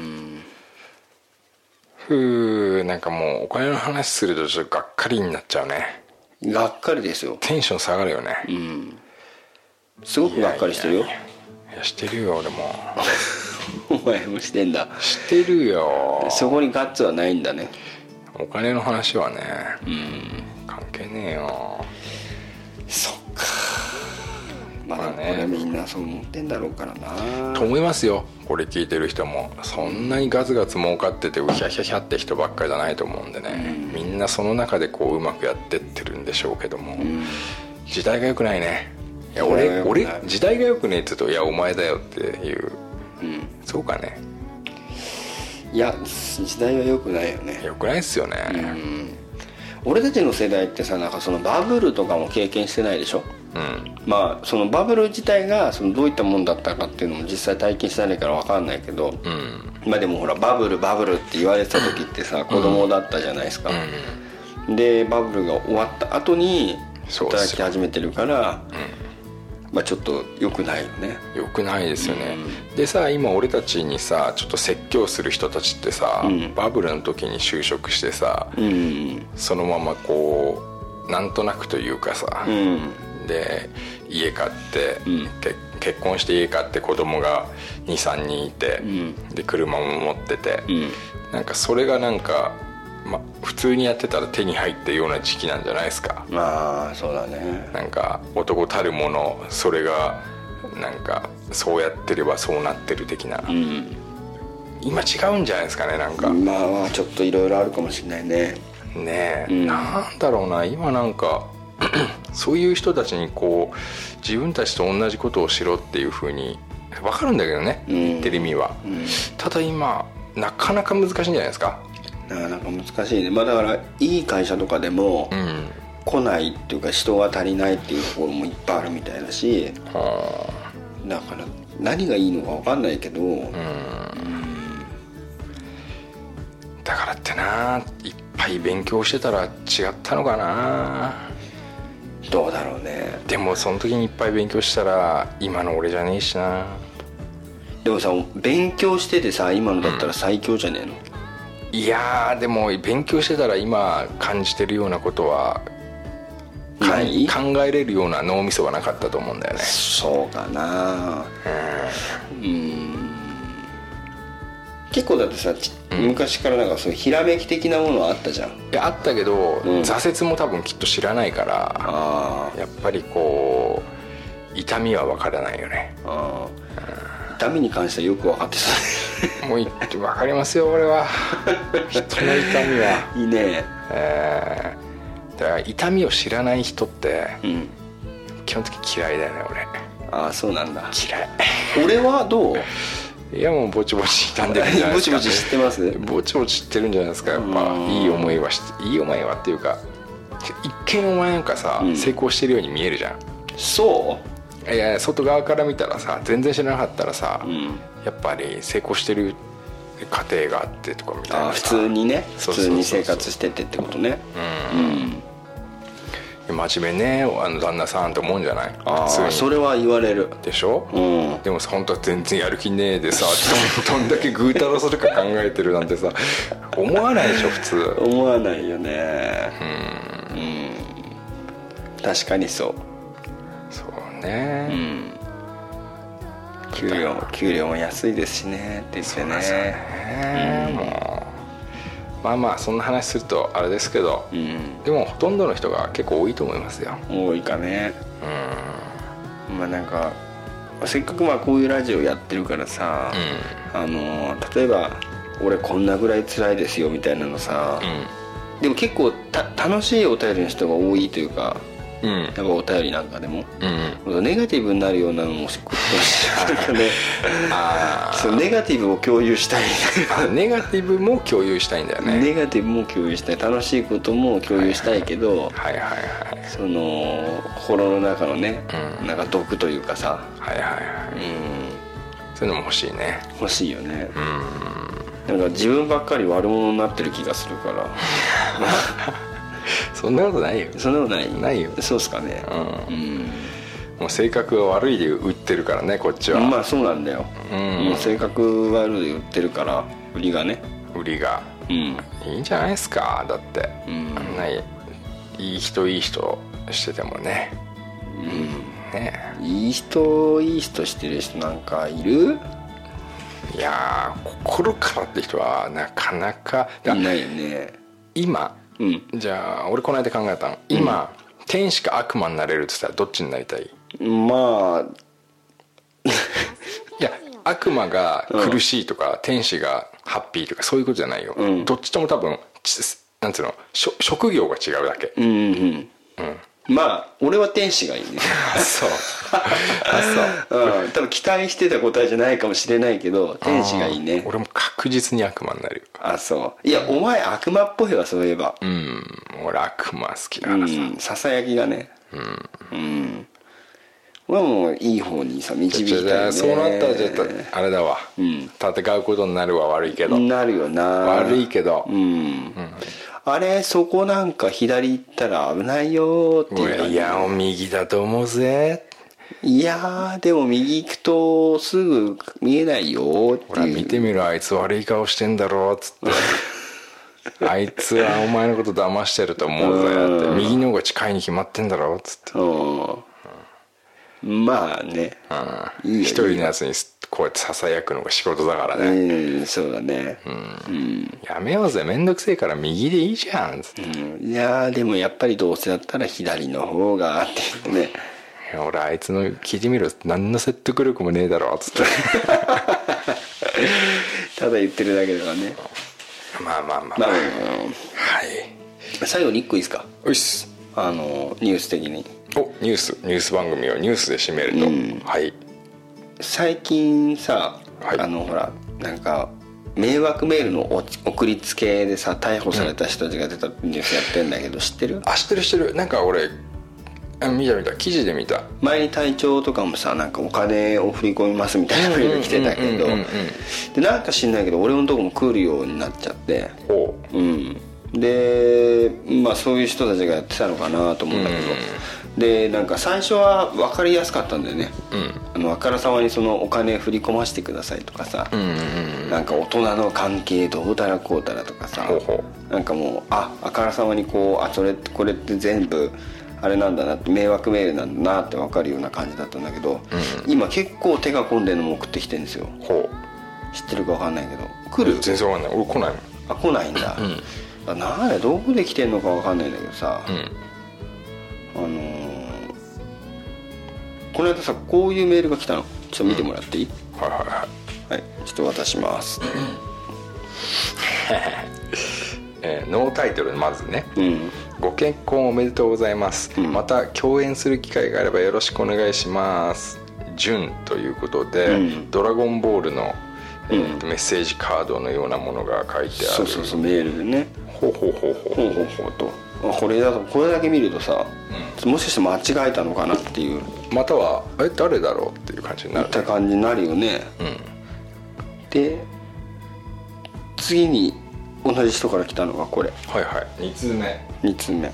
ね。なんかもうお金の話するとちょっとがっかりになっちゃうね。 がっかりですよ。 テンション下がるよね。 すごくがっかりしてるよ。 いやしてるよ俺も。 お前もしてんだ。 してるよ。 そこにガッツはないんだね。 お金の話はね、関係ねえよ。 そっか。まあね、これみんなそう思ってんだろうからなと思いますよ。これ聞いてる人もそんなにガツガツ儲かっててウヒャヒャヒャって人ばっかりじゃないと思うんでね、みんなその中でこううまくやってってるんでしょうけども、時代が良くないね。いや俺時代が良くねえって言うといやお前だよっていう、そうかね。 いや時代は良くないよね。 良くないっすよね。 俺たちの世代ってさ、なんかそのバブルとかも経験してないでしょ。まあそのバブル自体がそのどういったもんだったかっていうのも実際体験してないから分かんないけど、まあでもほらバブルって言われてた時ってさ、子供だったじゃないですか。でバブルが終わった後に働き始めてるから、まあちょっと良くないよね。 良くないですよね。でさ、今俺たちにさちょっと説教する人たちってさ、バブルの時に就職してさ、そのままこうなんとなくというかさ、で家買って、結婚して家買って子供が 2,3 人いて、で車も持ってて、なんかそれがなんか、普通にやってたら手に入ってるような時期なんじゃないですか。 まあそうだね。 なんか男たるものそれがなんかそうやってればそうなってる的な、今違うんじゃないですかね。なんかまあちょっといろいろあるかもしれないね。 ねえ、なんだろうな、今なんかそういう人たちにこう自分たちと同じことをしろっていう風に分かるんだけどね、言ってる意味は、ただ今なかなか難しいんじゃないですか。 なかなか難しいね。だからいい会社とかでも、来ないっていうか人が足りないっていうところもいっぱいあるみたいだし、だから何がいいのか分かんないけど、 だからってないっぱい勉強してたら違ったのかな。 どうだろうね。 でもその時にいっぱい勉強したら今の俺じゃねえしな。 でもさ、勉強しててさ今のだったら最強じゃねえの。 いやでも勉強してたら今感じてるようなことは考えれるような脳みそがなかったと思うんだよね。 そうかな。結構だってさ、昔からなんかそういうひらめき的なものはあったじゃん。 いやあったけど、挫折も多分きっと知らないから、やっぱりこう痛みは分からないよね。痛みに関してはよく分かってたもう分かりますよ俺は人の痛みは。 いいね。 だから痛みを知らない人って、基本的に嫌いだよね俺。 ああそうなんだ。 嫌い。 俺はどう？ いやもうぼちぼち傷んでるんじゃないですか。 ぼちぼち知ってます。 ぼちぼち知ってるんじゃないですか。やっぱいい思いはっていうか、一見お前なんかさ、成功してるように見えるじゃん。 そう？ いや外側から見たらさ、全然知らなかったらさ、やっぱり成功してる家庭があってとかみたいなさ、 普通にね、普通に生活しててってことね。 真面目ね旦那さんと思うんじゃない？ それは言われるでしょ。でも本当は全然やる気ねえでさどんだけぐうたらするか考えてるなんてさ思わないでしょ普通。 思わないよね。確かにそうね。 給料も安いですしねって言ってね。 もうまあそんな話するとあれですけど、でもほとんどの人が結構多いと思いますよ。 多いかね。まあなんかせっかくこういうラジオやってるからさ、例えば俺こんなぐらい辛いですよみたいなのさ、でも結構楽しいお便りの人が多いというか、やっぱお便りなんかでも、ネガティブになるようなのもしっかりねそのネガティブを共有したいネガティブも共有したいんだよね。 ネガティブも共有したい、楽しいことも共有したいけど、その心の中のね、なんか毒というかさ、 そういうのも欲しいね。 欲しいよね。なんか自分ばっかり悪者になってる気がするからそんなことないよ。 そんなことない？ ないよ。 そうっすかね。 もう性格が悪いで売ってるからね、こっちは。 まあそうなんだよ。もう性格悪いで売ってるから、売りがね。 売りが。いいんじゃないですか。だって、あんないい人しててもね。ね。いい人してる人なんかいる？いやー、心からって人はなかなかいないよね。 今、じゃあ俺この間考えたの。今、天使か悪魔になれるって言ったらどっちになりたい？まあいや、悪魔が苦しいとか、天使がハッピーとかそういうことじゃないよ。どっちとも多分なんつうの、職業が違うだけ。まあ俺は天使がいいね。そう多分期待してた答えじゃないかもしれないけど、天使がいいね。俺も確実に悪魔になるよ。そう。いや、お前悪魔っぽいわ、そういえば。俺悪魔好きだからさ。ささやきがね。俺はもういい方にさ導いたよね。そうなったらちょっとあれだわ、戦うことになるわ。悪いけどなるよな。悪いけどあれ、そこなんか左行ったら危ないよっていう。いや、右だと思うぜ。いやでも右行くとすぐ見えないよっていう。ほら見てみろ、あいつ悪い顔してんだろっつってあいつはお前のこと騙してると思うぜって。右の方が近いに決まってんだろっつって。まあね、一人のやつにこうやってささやくのが仕事だからね。そうだね。やめようぜ、めんどくせえから右でいいじゃんっつって。いやでもやっぱりどうせだったら左の方がって言ってね。いや、俺あいつの聞いてみろ、何の説得力もねえだろっつってただ言ってるだけだからね。まあはい。最後に1個いいですか？おいっす。ニュース的に。ニュース番組をニュースで締めると、はい。最近さ、ほらなんか迷惑メールの送りつけでさ逮捕された人たちが出たニュースやってんだけど、知ってる？知ってる。なんか俺見た記事で見た。前に隊長とかもさ、なんかお金を振り込みますみたいなメール来てたけど、でなんか知んないけど俺のとこも来るようになっちゃって、でまあそういう人たちがやってたのかなと思うんだけど、でなんか最初は分かりやすかったんだよね。あからさまにそのお金振り込ませてくださいとかさ、なんか大人の関係どうたらこうたらとかさ、なんかもうあからさまにこうこれって全部あれなんだなって、迷惑メールなんだなって分かるような感じだったんだけど、今結構手が込んでるのも送ってきてるんですよ。知ってるか分かんないけど。来る？全然分かんない。俺来ないもん。来ないんだ。なんでどこで来てんのか分かんないんだけどさ、この間さこういうメールが来たの。ちょっと見てもらっていい？はい、ちょっと渡しますノータイトルまずね、ご結婚おめでとうございます、また共演する機会があればよろしくお願いします。純ということで、ドラゴンボールの、メッセージカードのようなものが書いてある。そうメールでね。ほうとこれだけ見るとさ、もしかして間違えたのかなっていう、または誰だろうっていう感じになる、って感じになるよね。で次に同じ人から来たのがこれ。2通目。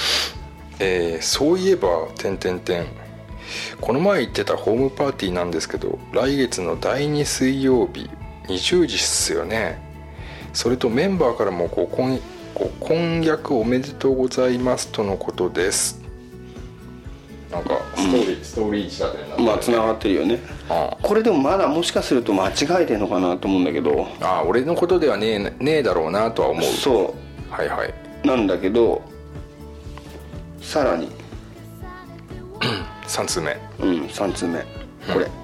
そういえばこの前言ってたホームパーティーなんですけど、来月の第2水曜日20時っすよね。それとメンバーからもご婚約おめでとうございますとのことです。なんかストーリー仕立てになってるね。まあつながってるよね。これでもまだもしかすると間違えてんのかなと思うんだけど、俺のことではねえだろうなとは思う。そうなんだけど、さらに3通目。3通目これ、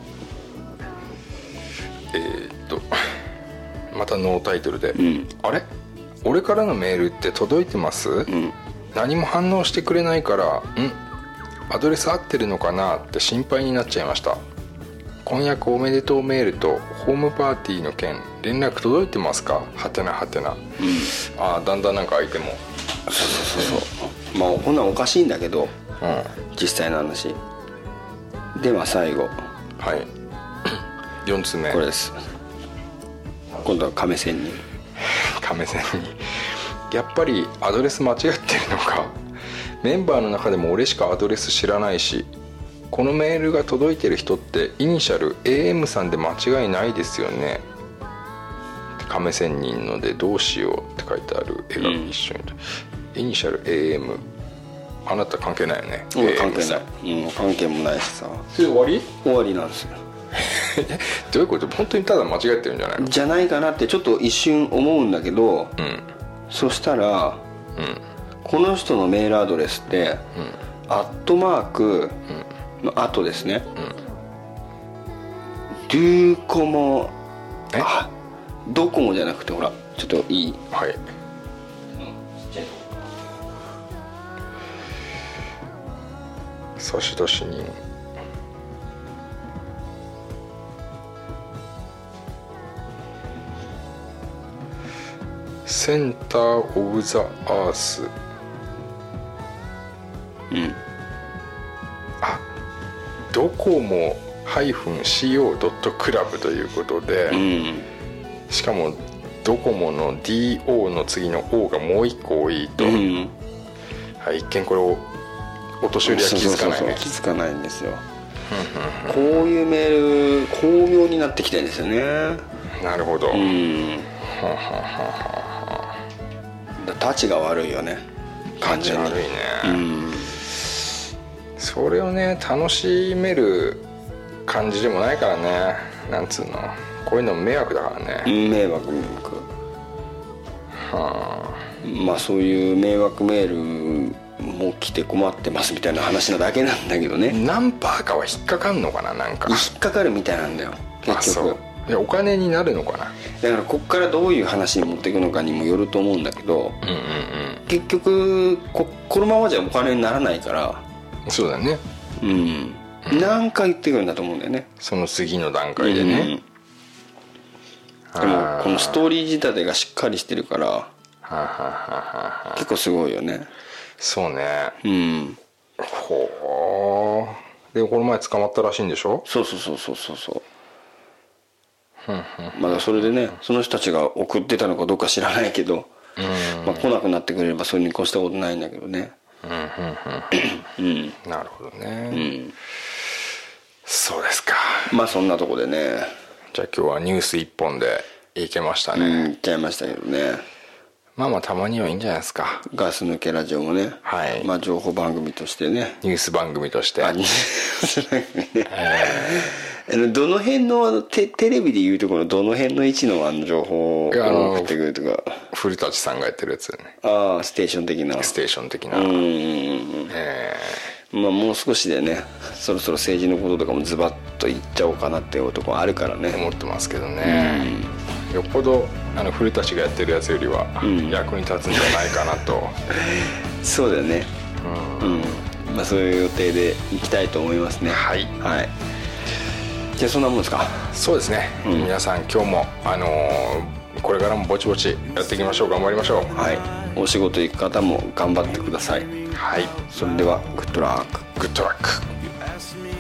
またノータイトルで、あれ俺からのメールって届いてます？何も反応してくれないからアドレス合ってるのかなって心配になっちゃいました。婚約おめでとうメールとホームパーティーの件連絡届いてますか？はてなはてな。だんだんなんか相手もそうまあこんなんおかしいんだけど、実際の話では最後4つ目これです。今度は亀仙にやっぱりアドレス間違ってるのか、メンバーの中でも俺しかアドレス知らないし、このメールが届いてる人ってイニシャル AM さんで間違いないですよね。亀仙人のでどうしようって書いてある絵が一緒に、イニシャル AM、 あなた関係ないよね。 関係ない、関係もないしさ。 それ終わり？ 終わりなんですよ。 どういうこと？本当にただ間違えてるんじゃないの？ じゃないかなってちょっと一瞬思うんだけど、そしたら、この人のメールアドレスって、アットマークの後ですね、ドゥーコモ、ドコモじゃなくて、ほらちょっといい？ はい。差出人、センターオブザアース、ドコモ-co.club ということで、しかもドコモの DO の次の O がもう一個多いと、一見これをお年寄りは気づかないね。 そう気づかないんですよ。こういうメール巧妙になってきてるんですよね。 なるほど。 たちが悪いよね。 感じ悪いね。それをね楽しめる感じでもないからね。なんつうの、こういうの迷惑だからね。 迷惑。まあそういう迷惑メールも来て困ってますみたいな話なだけなんだけどね。 何パーかは引っかかんのかな。なんか引っかかるみたいなんだよ結局。 いやお金になるのかな。 だからこっからどういう話に持っていくのかにもよると思うんだけど、結局このままじゃお金にならないから。 そうだね。 何回言ってくるんだと思うんだよね、 その次の段階でね。 でもこのストーリー仕立てがしっかりしてるから結構すごいよね。 そうね。ほう。でこの前捕まったらしいんでしょ。 そうまだそれでね、その人たちが送ってたのかどうか知らないけど、まあ来なくなってくれればそれに越したことないんだけどね。 なるほどね。そうですか。 まあそんなとこでね。 じゃあ今日はニュース一本でいけましたね。 いっちゃいましたけどね。 まあたまにはいいんじゃないですか。 ガス抜けラジオもね、まあ情報番組としてね、 ニュース番組として。 ニュース番組ね。どの辺のテレビでいうところどの辺の位置の情報を送ってくるとか。 古舘さんがやってるやつね。 ステーション的な。まあもう少しでね、そろそろ政治のこととかもズバッと言っちゃおうかなっていうところあるからね。 思ってますけどね。よっぽど古舘がやってるやつよりは役に立つんじゃないかなと。 そうだよね。まあそういう予定でいきたいと思いますね。はい。じゃあそんなもんですか。 そうですね。皆さん今日もこれからもぼちぼちやっていきましょう。頑張りましょう。 お仕事行く方も頑張ってください。それではグッドラック。 グッドラック。